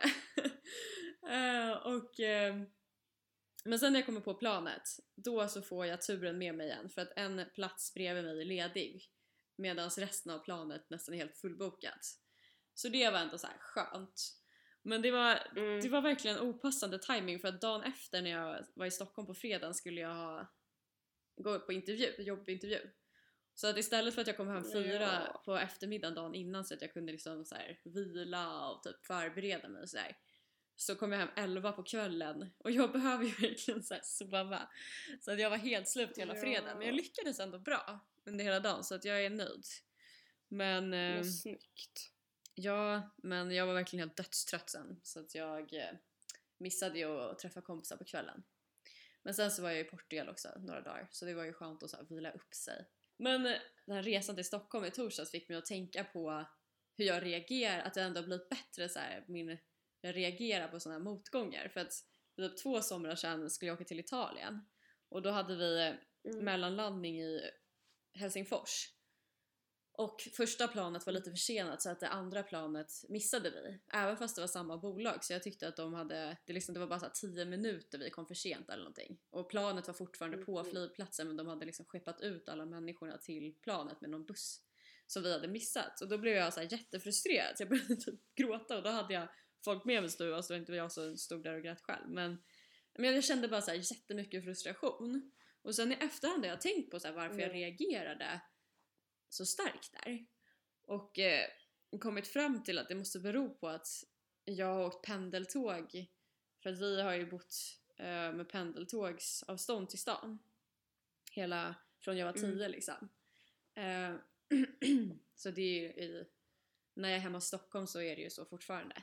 uh, och, uh, men sen när jag kommer på planet, då så får jag turen med mig igen. För att en plats bredvid mig är ledig. Medan resten av planet nästan är helt fullbokat. Så det var ändå så här skönt. Men det var, mm. det var verkligen opassande timing för att dagen efter när jag var i Stockholm på fredagen skulle jag ha, gå upp på intervju, jobbintervju. Så att istället för att jag kom hem fyra ja. på eftermiddagen dagen innan så att jag kunde liksom så här vila och typ förbereda mig och så här, så kom jag hem elva på kvällen och jag behöver ju verkligen så här sova. Så att jag var helt slut hela ja. fredagen, men jag lyckades ändå bra under hela dagen så att jag är nöjd. Men eh, snyggt. Ja, men jag var verkligen helt dödstrött sen. Så att jag eh, missade ju att träffa kompisar på kvällen. Men sen så var jag i Portugal också några dagar. Så det var ju skönt att så här, vila upp sig. Men eh, den här resan till Stockholm i torsdags fick mig att tänka på hur jag reagerar. Att jag ändå har blivit bättre så här, min, jag reagerar på sådana här motgångar. För att typ två somrar sedan skulle jag åka till Italien. Och då hade vi eh, mm. mellanlandning i Helsingfors. Och första planet var lite försenat så att det andra planet missade vi. Även fast det var samma bolag så jag tyckte att de hade, det, liksom, det var bara så här tio minuter vi kom för sent eller någonting. Och planet var fortfarande på flygplatsen men de hade liksom skeppat ut alla människorna till planet med någon buss som vi hade missat. Och då blev jag så här jättefrustrerad så jag började typ gråta och då hade jag folk med mig stod och så var inte jag som stod där och grät själv. Men, men jag kände bara så här jättemycket frustration. Och sen i efterhand har jag tänkt på så här varför mm. jag reagerade så starkt där och eh, kommit fram till att det måste bero på att jag har åkt pendeltåg för att vi har ju bott eh, med pendeltågsavstånd till stan hela från jag var tio mm. liksom eh, så det är ju i, när jag är hemma i Stockholm så är det ju så fortfarande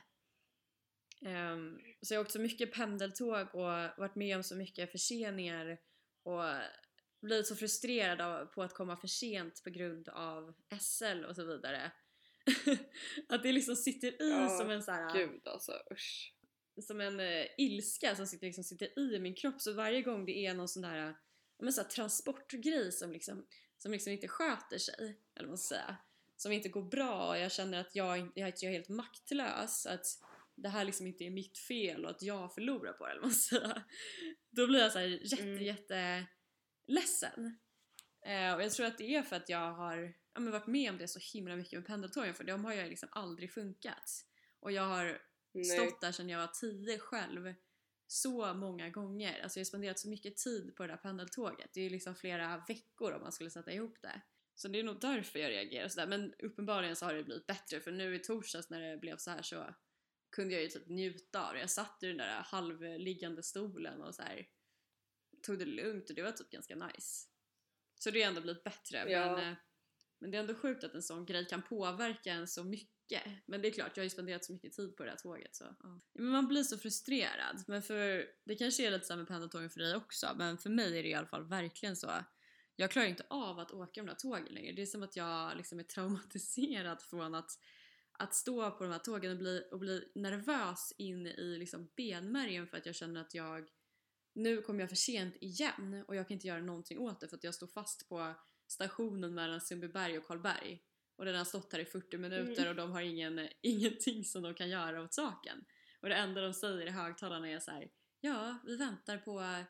eh, så jag har åkt så mycket pendeltåg och varit med om så mycket förseningar och blivit så frustrerad av, på att komma för sent på grund av S L och så vidare. Att det liksom sitter i ja, som en så här, gud alltså, usch. Som en uh, ilska som sitter, liksom, sitter i min kropp. Så varje gång det är någon sån där, men, så här transportgrej som liksom, som liksom inte sköter sig, eller vad man ska säga, som inte går bra och jag känner att jag, jag, jag är helt maktlös, att det här liksom inte är mitt fel och att jag förlorar på det, eller vad man ska säga. Då blir jag så här jätte, mm. jätte ledsen. Eh, och jag tror att det är för att jag har ja, men varit med om det så himla mycket med pendeltågen, för de har ju liksom aldrig funkat. Och jag har Nej. stått där sedan jag var tio själv så många gånger. Alltså jag har spenderat så mycket tid på det där pendeltåget. Det är ju liksom flera veckor om man skulle sätta ihop det. Så det är nog därför jag reagerar sådär. Men uppenbarligen så har det blivit bättre, för nu i torsdags när det blev så här så kunde jag ju typ njuta av det. Jag satt i den där halvliggande stolen och så här tog det lugnt och det var typ ganska nice. Så det har ändå blivit bättre. Ja. Men, men det är ändå sjukt att en sån grej kan påverka en så mycket. Men det är klart, jag har ju spenderat så mycket tid på det här tåget. Så, ja. Men man blir så frustrerad. Men för, det kanske är lite så med pendeltågen för dig också. Men för mig är det i alla fall verkligen så. Jag klarar inte av att åka de där tågen längre. Det är som att jag liksom är traumatiserad från att, att stå på de här tågen och bli, och bli nervös in i liksom benmärgen för att jag känner att jag nu kommer jag för sent igen och jag kan inte göra någonting åt det för att jag står fast på stationen mellan Sundbyberg och Karlberg och den har stått här i fyrtio minuter mm. och de har ingen, ingenting som de kan göra åt saken. Och det enda de säger i högtalarna är så här: ja, vi väntar på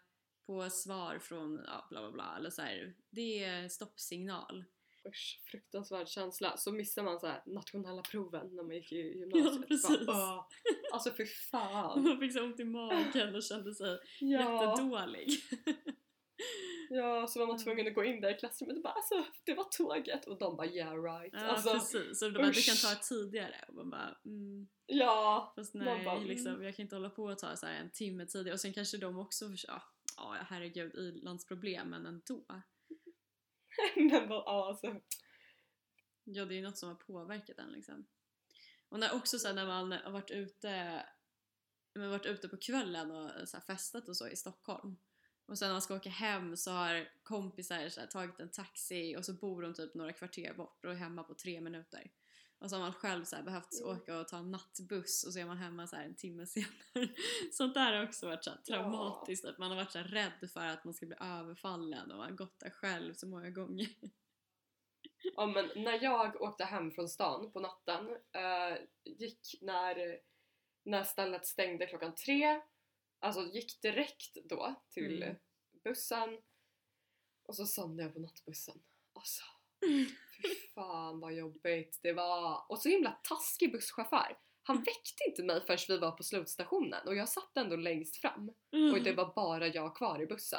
på svar från ja, bla bla bla eller så här, det är stoppsignal. Usch, fruktansvärd känsla. Så missar man så här nationella proven när man gick i gymnasiet. Ja, precis. Bara, alltså för fan. Man fick så ont i magen och kände sig Ja. jättedålig. Ja, så var man tvungen att gå in där i klassrummet och bara alltså, det var tåget. Och de bara yeah right. Ja, alltså, precis. Så de bara, du kan ta det tidigare. Och man bara, mm. Ja. Fast nej, bara, mm. liksom, jag kan inte hålla på att ta så här en timme tidigare. Och sen kanske de också, ja, ja herregud, i-landsproblem, men ändå. Men bara, ja, alltså. Ja, det är ju något som har påverkat en liksom. Och när också så här, när man har varit ute men varit ute på kvällen och så här, festat och så i Stockholm. Och sen när man ska åka hem så har kompisar så här, tagit en taxi och så bor de typ några kvarter bort och är hemma på tre minuter. Och så har man själv så här, behövt Mm. åka och ta en nattbuss och så är man hemma så här, en timme senare. Sånt där har också varit så här, traumatiskt. Att man har varit så här, rädd för att man ska bli överfallen och man har gått där själv så många gånger. Ja, men när jag åkte hem från stan på natten eh, gick när, när stället stängde klockan tre, alltså gick direkt då till Mm. bussen och så somnade jag på nattbussen. Alltså, fy fan vad jobbigt det var. Och så himla taskig busschaufför. Han väckte inte mig förrän vi var på slutstationen och jag satt ändå längst fram och det var bara jag kvar i bussen.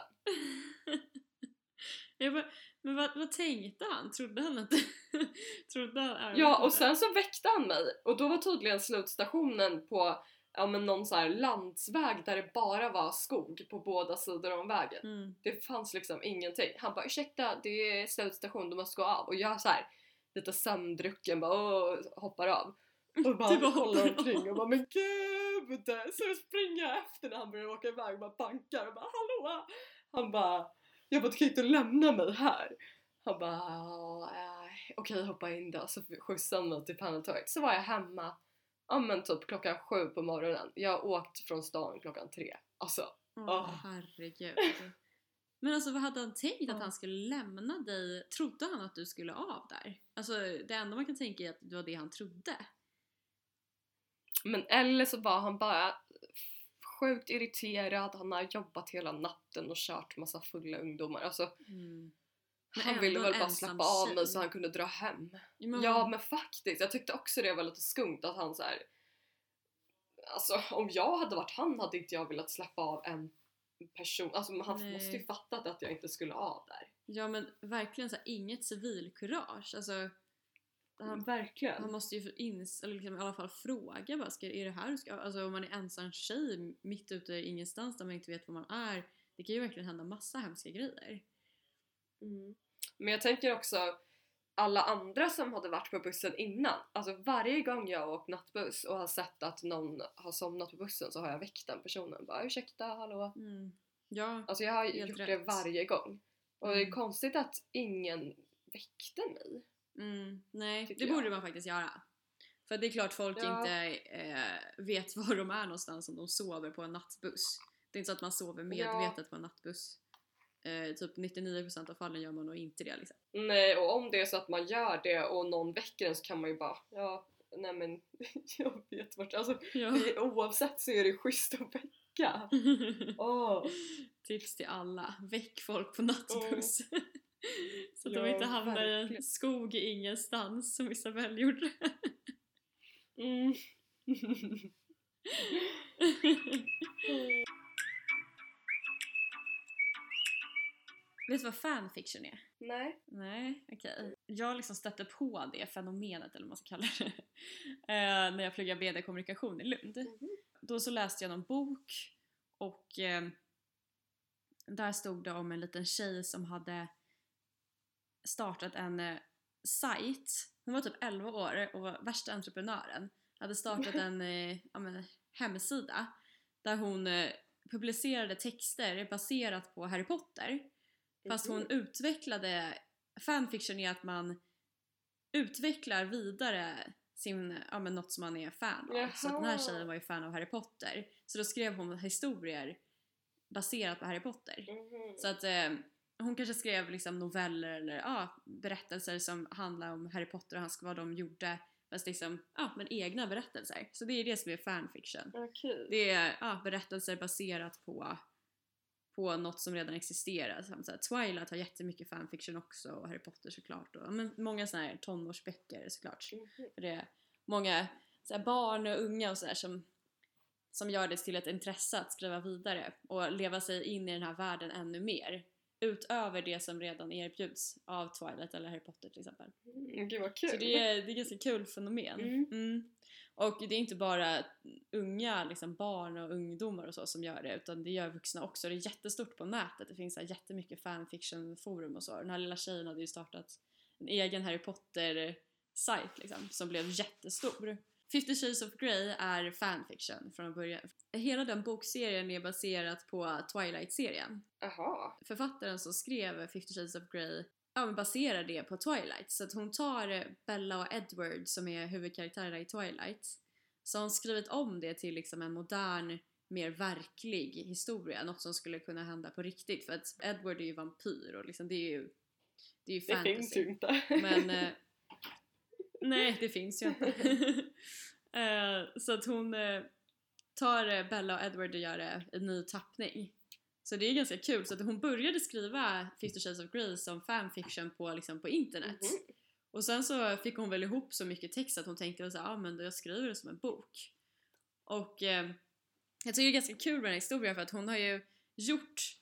Jag bara, men vad, vad tänkte han? Trodde han att trodde han, jag vet Ja, och inte. sen så väckte han mig och då var tydligen slutstationen på ja, men någon så här landsväg där det bara var skog på båda sidor om vägen. Mm. Det fanns liksom ingenting. Han bara, ursäkta, det är slutstation, du måste gå av. Och jag så här lite sömndrucken bara åh, hoppar av. Och bara, Du bara kollar hoppar omkring och bara, men gud! Så springer jag efter när han börjar åka iväg och bara bankar och bara, hallå! Han bara, jag bara, du kan inte lämna mig här. Han bara, äh, okej, hoppa in då. Så skjutsade han mig till Paneltorget. Så var jag hemma, ja men typ klockan sju på morgonen. Jag åkte från stan klockan tre. Alltså, Åh, åh. herregud. Men alltså vad hade han tänkt att Ja. han skulle lämna dig? Trodde han att du skulle av där? Alltså det enda man kan tänka är att det var det han trodde. Men eller så var han bara sjukt irriterad. Han har jobbat hela natten och kört massa fulla ungdomar. Alltså, Mm. Men han ändå ville en väl bara ensam släppa av tjej. mig så han kunde dra hem. Ja, men, Ja, men faktiskt. Jag tyckte också det var lite skumt att han så här. Alltså, om jag hade varit han hade inte jag velat släppa av en person. Alltså, han Nej. måste ju fattat att jag inte skulle av där. ja men verkligen så här, inget civilkurage. Alltså han, Verkligen. han måste ju ins- eller liksom, i alla fall fråga bara, ska, är det här du ska, alltså om man är ensam tjej mitt ute i ingenstans där man inte vet var man är, det kan ju verkligen hända massa hemska grejer. Mm. Men jag tänker också alla andra som hade varit på bussen innan. Alltså varje gång jag har åkt nattbuss och har sett att någon har somnat på bussen så har jag väckt den personen. Bara ursäkta, hallå. Mm. Ja, Alltså jag har Helt gjort rätt. det varje gång. Och det är Mm. konstigt att ingen väckte mig. mm, nej, Tycker det jag. borde man faktiskt göra. För det är klart folk Ja. inte eh, vet var de är någonstans om de sover på en nattbuss. Det är inte så att man sover medvetet på en nattbuss. Eh, typ nittionio procent av fallen gör man nog inte det liksom. Nej, och om det är så att man gör det och någon väcker den så kan man ju bara, ja, nej men jag vet vart, alltså Ja. det, oavsett så är det schysst att väcka. Åh. Tips till alla. Väck folk på nattbuss. Så att de Ja, inte hamnar i en verkligen. skog i ingenstans som Isabelle gjorde. Mm. Vet du vad fanfiction är? Nej. Nej, okej. Jag liksom stötte på det fenomenet, eller vad man ska kalla det, eh, när jag pluggade B D-kommunikation i Lund. Mhm. Då så läste jag någon bok och eh, där stod det om en liten tjej som hade startat en eh, sajt. Hon var typ elva år och var värsta entreprenören. Hade startat en eh, ja, men, hemsida där hon eh, publicerade texter baserat på Harry Potter. Fast hon Mhm. utvecklade fanfiction i att man utvecklar vidare sin, ja, men något som man är fan av. Så att den här Jaha. tjejen var ju fan av Harry Potter. Så då skrev hon historier baserat på Harry Potter. Mhm. Så att eh, hon kanske skrev liksom noveller eller ja, berättelser som handlar om Harry Potter och hans, vad de gjorde. Fast liksom, ja, men egna berättelser. Så det är det som är fanfiction. Ja, kul. Det är ja, berättelser baserat på på något som redan existerar. Så här, Twilight har jättemycket fanfiction också, och Harry Potter såklart, och men många såna här tonårsböcker såklart. Mm-hmm. För det är många så här, barn och unga och så där, som, som gör det till ett intresse att skriva vidare och leva sig in i den här världen ännu mer, utöver det som redan erbjuds av Twilight eller Harry Potter till exempel. Mm, gud vad kul. Så det är, det är ganska kul fenomen. Mm. Mm. Och det är inte bara unga liksom barn och ungdomar och så som gör det, utan det gör vuxna också. Det är jättestort på nätet. Det finns så här jättemycket fanfiction-forum och så. Den här lilla tjejen hade ju startat en egen Harry Potter-sajt liksom, som blev jättestor. Fifty Shades of Grey är fanfiction från början. Hela den bokserien är baserat på Twilight-serien. Aha. Författaren som skrev Fifty Shades of Grey, ja, men baserar det på Twilight. Så att hon tar Bella och Edward som är huvudkaraktärerna i Twilight, så hon skrivit om det till liksom en modern, mer verklig historia. Något som skulle kunna hända på riktigt. För att Edward är ju vampyr och liksom det är ju, det är ju fantasy. Det finns ju inte. Men eh, nej, det finns ju inte. eh, så att hon eh, tar Bella och Edward och gör en ny tappning. Så det är ganska kul. Så att hon började skriva Fifty Shades of Grey som fanfiction på, liksom, på internet. Mm-hmm. Och sen så fick hon väl ihop så mycket text att hon tänkte så ja ah, men jag skriver det som en bok. Och eh, jag tycker det är ganska kul med den här historien, för att hon har ju gjort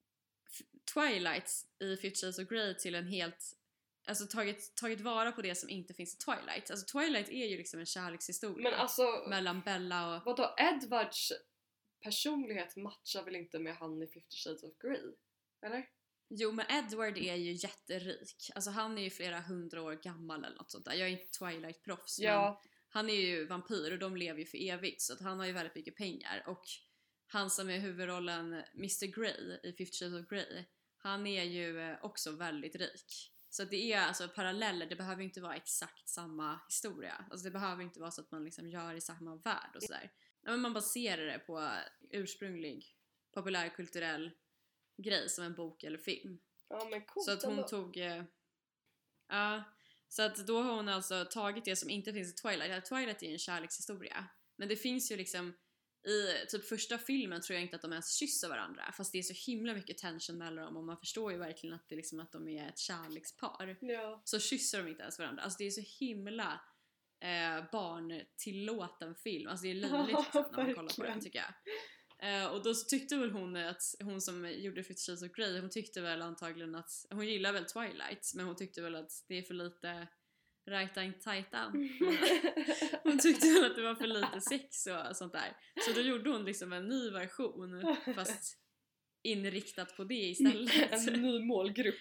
Twilight i Fifty Shades of Grey till en helt, alltså tagit, tagit vara på det som inte finns i Twilight. Alltså Twilight är ju liksom en kärlekshistoria. Men alltså, mellan Bella och... vadå, Edwards personlighet matchar väl inte med han i Fifty Shades of Grey? Eller? Jo, men Edward är ju jätterik. Alltså han är ju flera hundra år gammal eller något sånt där. Jag är inte Twilight-proffs, ja. Men han är ju vampyr och de lever ju för evigt. Så att han har ju väldigt mycket pengar. Och han som är huvudrollen mister Grey i Fifty Shades of Grey, han är ju också väldigt rik. Så det är alltså paralleller, det behöver inte vara exakt samma historia. Alltså det behöver inte vara så att man liksom gör i samma värld och sådär. Ja, men man baserar det på ursprunglig populärkulturell grej som en bok eller film. Ja, men coolt. Så att hon ändå tog eh, ja, så att då har hon alltså tagit det som inte finns i Twilight. Twilight är en kärlekshistoria, men det finns ju liksom i typ första filmen tror jag inte att de ens kysser varandra, fast det är så himla mycket tension mellan dem och man förstår ju verkligen att det liksom att de är ett kärlekspar. Ja. Så kysser de inte ens varandra. Alltså det är så himla eh, barntillåten film. Alltså det är löjligt liksom, när man kollar på den, tycker jag. Uh, och då så tyckte väl hon att hon som gjorde Fifty Shades of Grey, hon tyckte väl antagligen att hon gillar väl Twilight, men hon tyckte väl att det är för lite rajtan tajtan. Hon tyckte väl att det var för lite sex och sånt där. Så då gjorde hon liksom en ny version, fast inriktat på det istället. En ny målgrupp.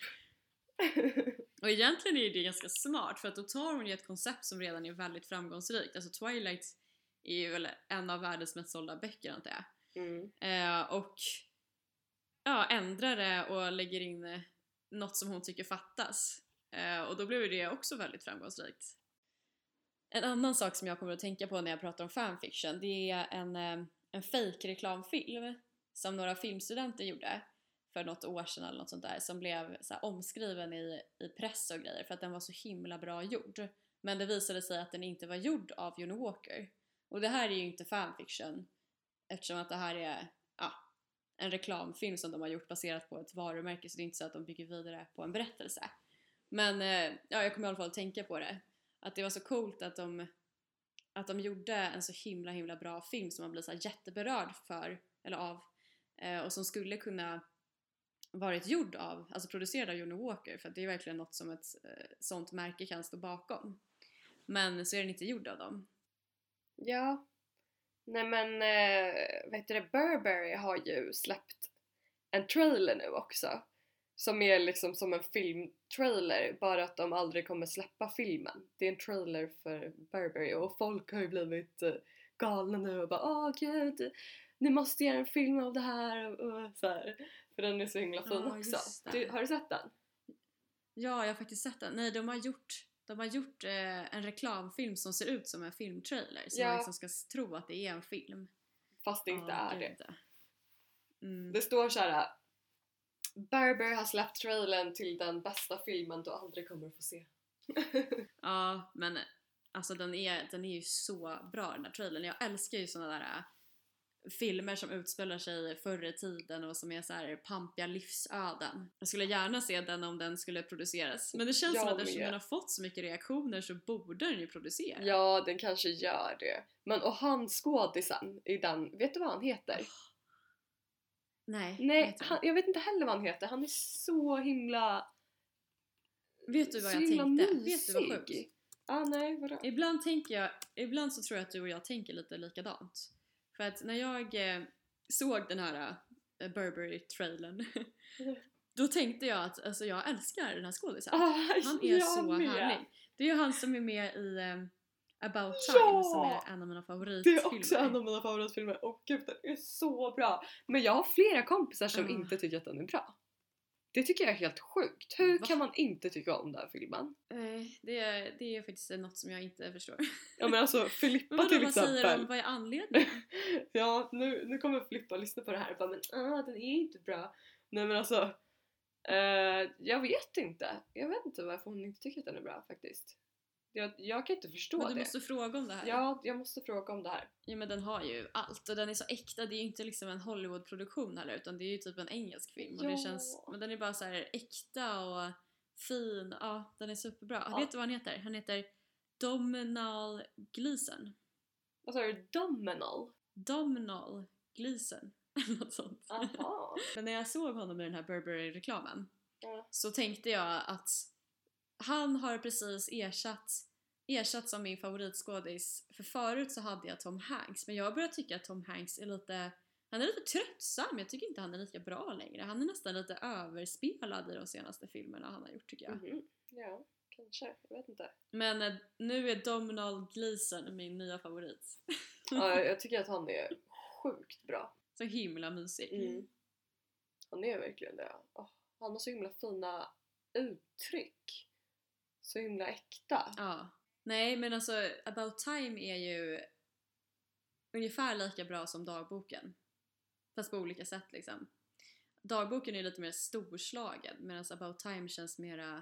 Och egentligen är det ganska smart, för att då tar hon ju ett koncept som redan är väldigt framgångsrikt. Alltså Twilight är ju väl en av världens mest sålda böcker, antar jag. Mm. Eh, och ja, ändrar det och lägger in eh, något som hon tycker fattas. Eh, och då blev det också väldigt framgångsrikt. En annan sak som jag kommer att tänka på när jag pratar om fanfiction, det är en, eh, en fake-reklamfilm som några filmstudenter gjorde för något år sedan eller något sånt där, som blev så här omskriven i, i press och grejer för att den var så himla bra gjord. Men det visade sig att den inte var gjord av Johnny Walker. Och det här är ju inte fanfiction, eftersom att det här är ja, en reklamfilm som de har gjort baserat på ett varumärke, så det är inte så att de bygger vidare på en berättelse. Men ja, jag kommer i alla fall att tänka på det. Att det var så coolt att de, att de gjorde en så himla himla bra film som man blir så här jätteberörd för, eller av. Och som skulle kunna varit gjord av, alltså producerad av Johnny Walker. För att det är verkligen något som ett sånt märke kan stå bakom. Men så är den inte gjord av dem. Ja. Nej men, äh, vet du det, Burberry har ju släppt en trailer nu också. Som är liksom som en filmtrailer, bara att de aldrig kommer släppa filmen. Det är en trailer för Burberry och folk har ju blivit uh, galna nu och bara åh gud, ni måste göra en film av det här och så här. För den är så himla fin ja, också. Du, har du sett den? Ja, jag har faktiskt sett den. Nej, de har gjort... De har gjort eh, en reklamfilm som ser ut som en filmtrailer. Så ja. Man liksom ska tro att det är en film. Fast det inte ah, är det. Inte. Mm. Det står så här: Burberry har släppt trailern till den bästa filmen du aldrig kommer att få se. Ja, men alltså den är, den är ju så bra, den här trailern. Jag älskar ju såna där filmer som utspelar sig förr i tiden och som är så här pampiga livsöden. Jag skulle gärna se den om den skulle produceras. Men det känns Jag som att eftersom med. den har fått så mycket reaktioner så borde den ju producera. Ja, den kanske gör det. Men och han skådisen i den, vet du vad han heter? Nej, Nej, vet jag. han, jag vet inte heller vad han heter. Han är så himla... Vet du vad så jag himla tänkte? mysig. Vet du vad sjukt? Ah, nej, vadå? Ibland tänker jag, ibland så tror jag att du och jag tänker lite likadant. För att när jag eh, såg den här eh, Burberry-trailern då tänkte jag att alltså, jag älskar den här skådisen. Ah, Han är jag så med. härlig. Det är ju han som är med i eh, About Ja! Time som är en av mina Det favoritfilmer. är också en av mina favoritfilmer. Åh gud, den är så bra. Men jag har flera kompisar som Ah. inte tycker att den är bra. Det tycker jag är helt sjukt. Hur Va? kan man inte tycka om den här filmen? Nej, det är, det är faktiskt något som jag inte förstår. Ja men alltså Filippa Men vadå, till vad säger exempel. de? Vad är anledningen? Ja, nu, nu kommer Filippa lyssna på det här och bara, men ah, den är inte bra. Nej men alltså, eh, jag vet inte. Jag vet inte varför hon inte tycker att den är bra faktiskt. Jag, jag kan inte förstå Men du det. måste fråga om det här. Ja, jag måste fråga om det här. Ja men den har ju allt och den är så äkta, det är ju inte liksom en Hollywood-produktion heller utan det är ju typ en engelsk film och Ja. det känns, men den är bara så här äkta och fin, ja den är superbra. Ja. Vet du vad han heter? Han heter Domhnall Gleeson. Vad sa du? Domhnall? Domhnall Gleeson, något sånt. Aha. Men när jag såg honom i den här Burberry-reklamen Ja. så tänkte jag att han har precis ersatt ersatt som min favoritskådis. För förut så hade jag Tom Hanks, men jag börjar tycka att Tom Hanks är lite, han är lite tröttsam. Jag tycker inte han är lika bra längre. Han är nästan lite överspelad i de senaste filmerna han har gjort tycker jag. Mhm. Ja, kanske. Jag vet inte. Men eh, nu är Domhnall Gleeson min nya favorit. Ja, jag tycker att han är sjukt bra. Så himla mysig. Mm. Han är verkligen det. Oh, han har så himla fina uttryck. Så himla äkta. Ja. Nej men alltså About Time är ju ungefär lika bra som dagboken. Fast på olika sätt liksom. Dagboken är lite mer storslagen medan About Time känns mera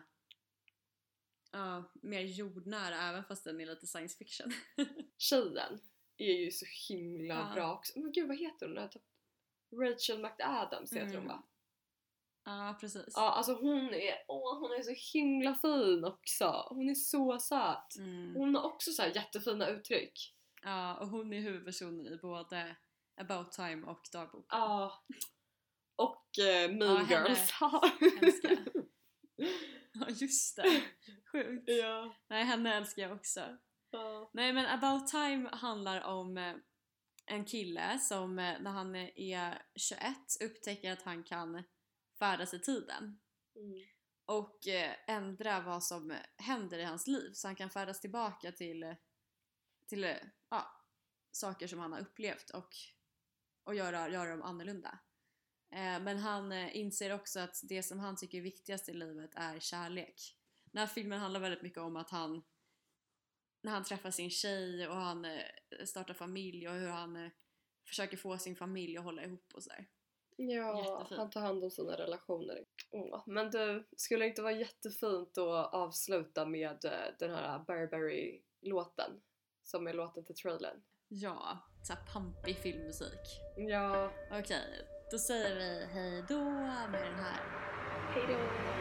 ja, mer jordnära även fast den är lite science fiction. Tjejen är ju så himla Ja. bra också. Men gud, vad heter hon? Jag har tappat- Rachel McAdams heter Mm. hon va? Ja precis. Ja, alltså hon är, åh, hon är så himla fin också. Hon är så söt. Mm. Hon har också så här jättefina uttryck. Ja och hon är huvudpersonen i både About Time och dagboken. Ja. Och eh, Mean Ja, henne Girls. älskar jag. Ja just det. Sjukt. Ja. Nej henne älskar jag också. Ja. Nej men About Time handlar om eh, en kille som eh, när han är tjugoett upptäcker att han kan färdas i tiden Mm. och eh, ändra vad som händer i hans liv så han kan färdas tillbaka till, till eh, ja, saker som han har upplevt och, och göra, göra dem annorlunda. Eh, men han eh, inser också att det som han tycker är viktigast i livet är kärlek. Den här filmen handlar väldigt mycket om att han när han träffar sin tjej och han eh, startar familj och hur han eh, försöker få sin familj att hålla ihop och sådär. Ja, Jättefint. han tar hand om sina relationer. Åh, men du, skulle det inte vara jättefint att avsluta med eh, den här Burberry-låten? Som är låten till trailern. Ja, såhär pampig filmmusik. Ja, Okej, då säger vi hej då med den här. hejdå!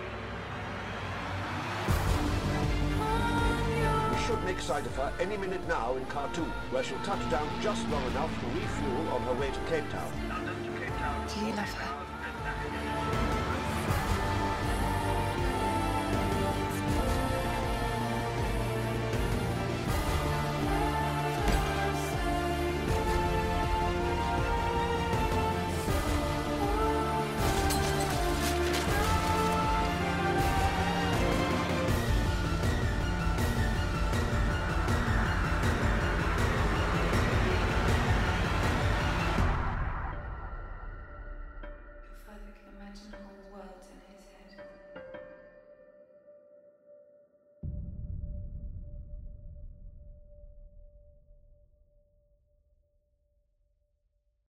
We should make Sidefar any minute now in Khartoum, where she'll touch down just long enough to refuel on her way to Cape Town. London to Cape Town. Lilla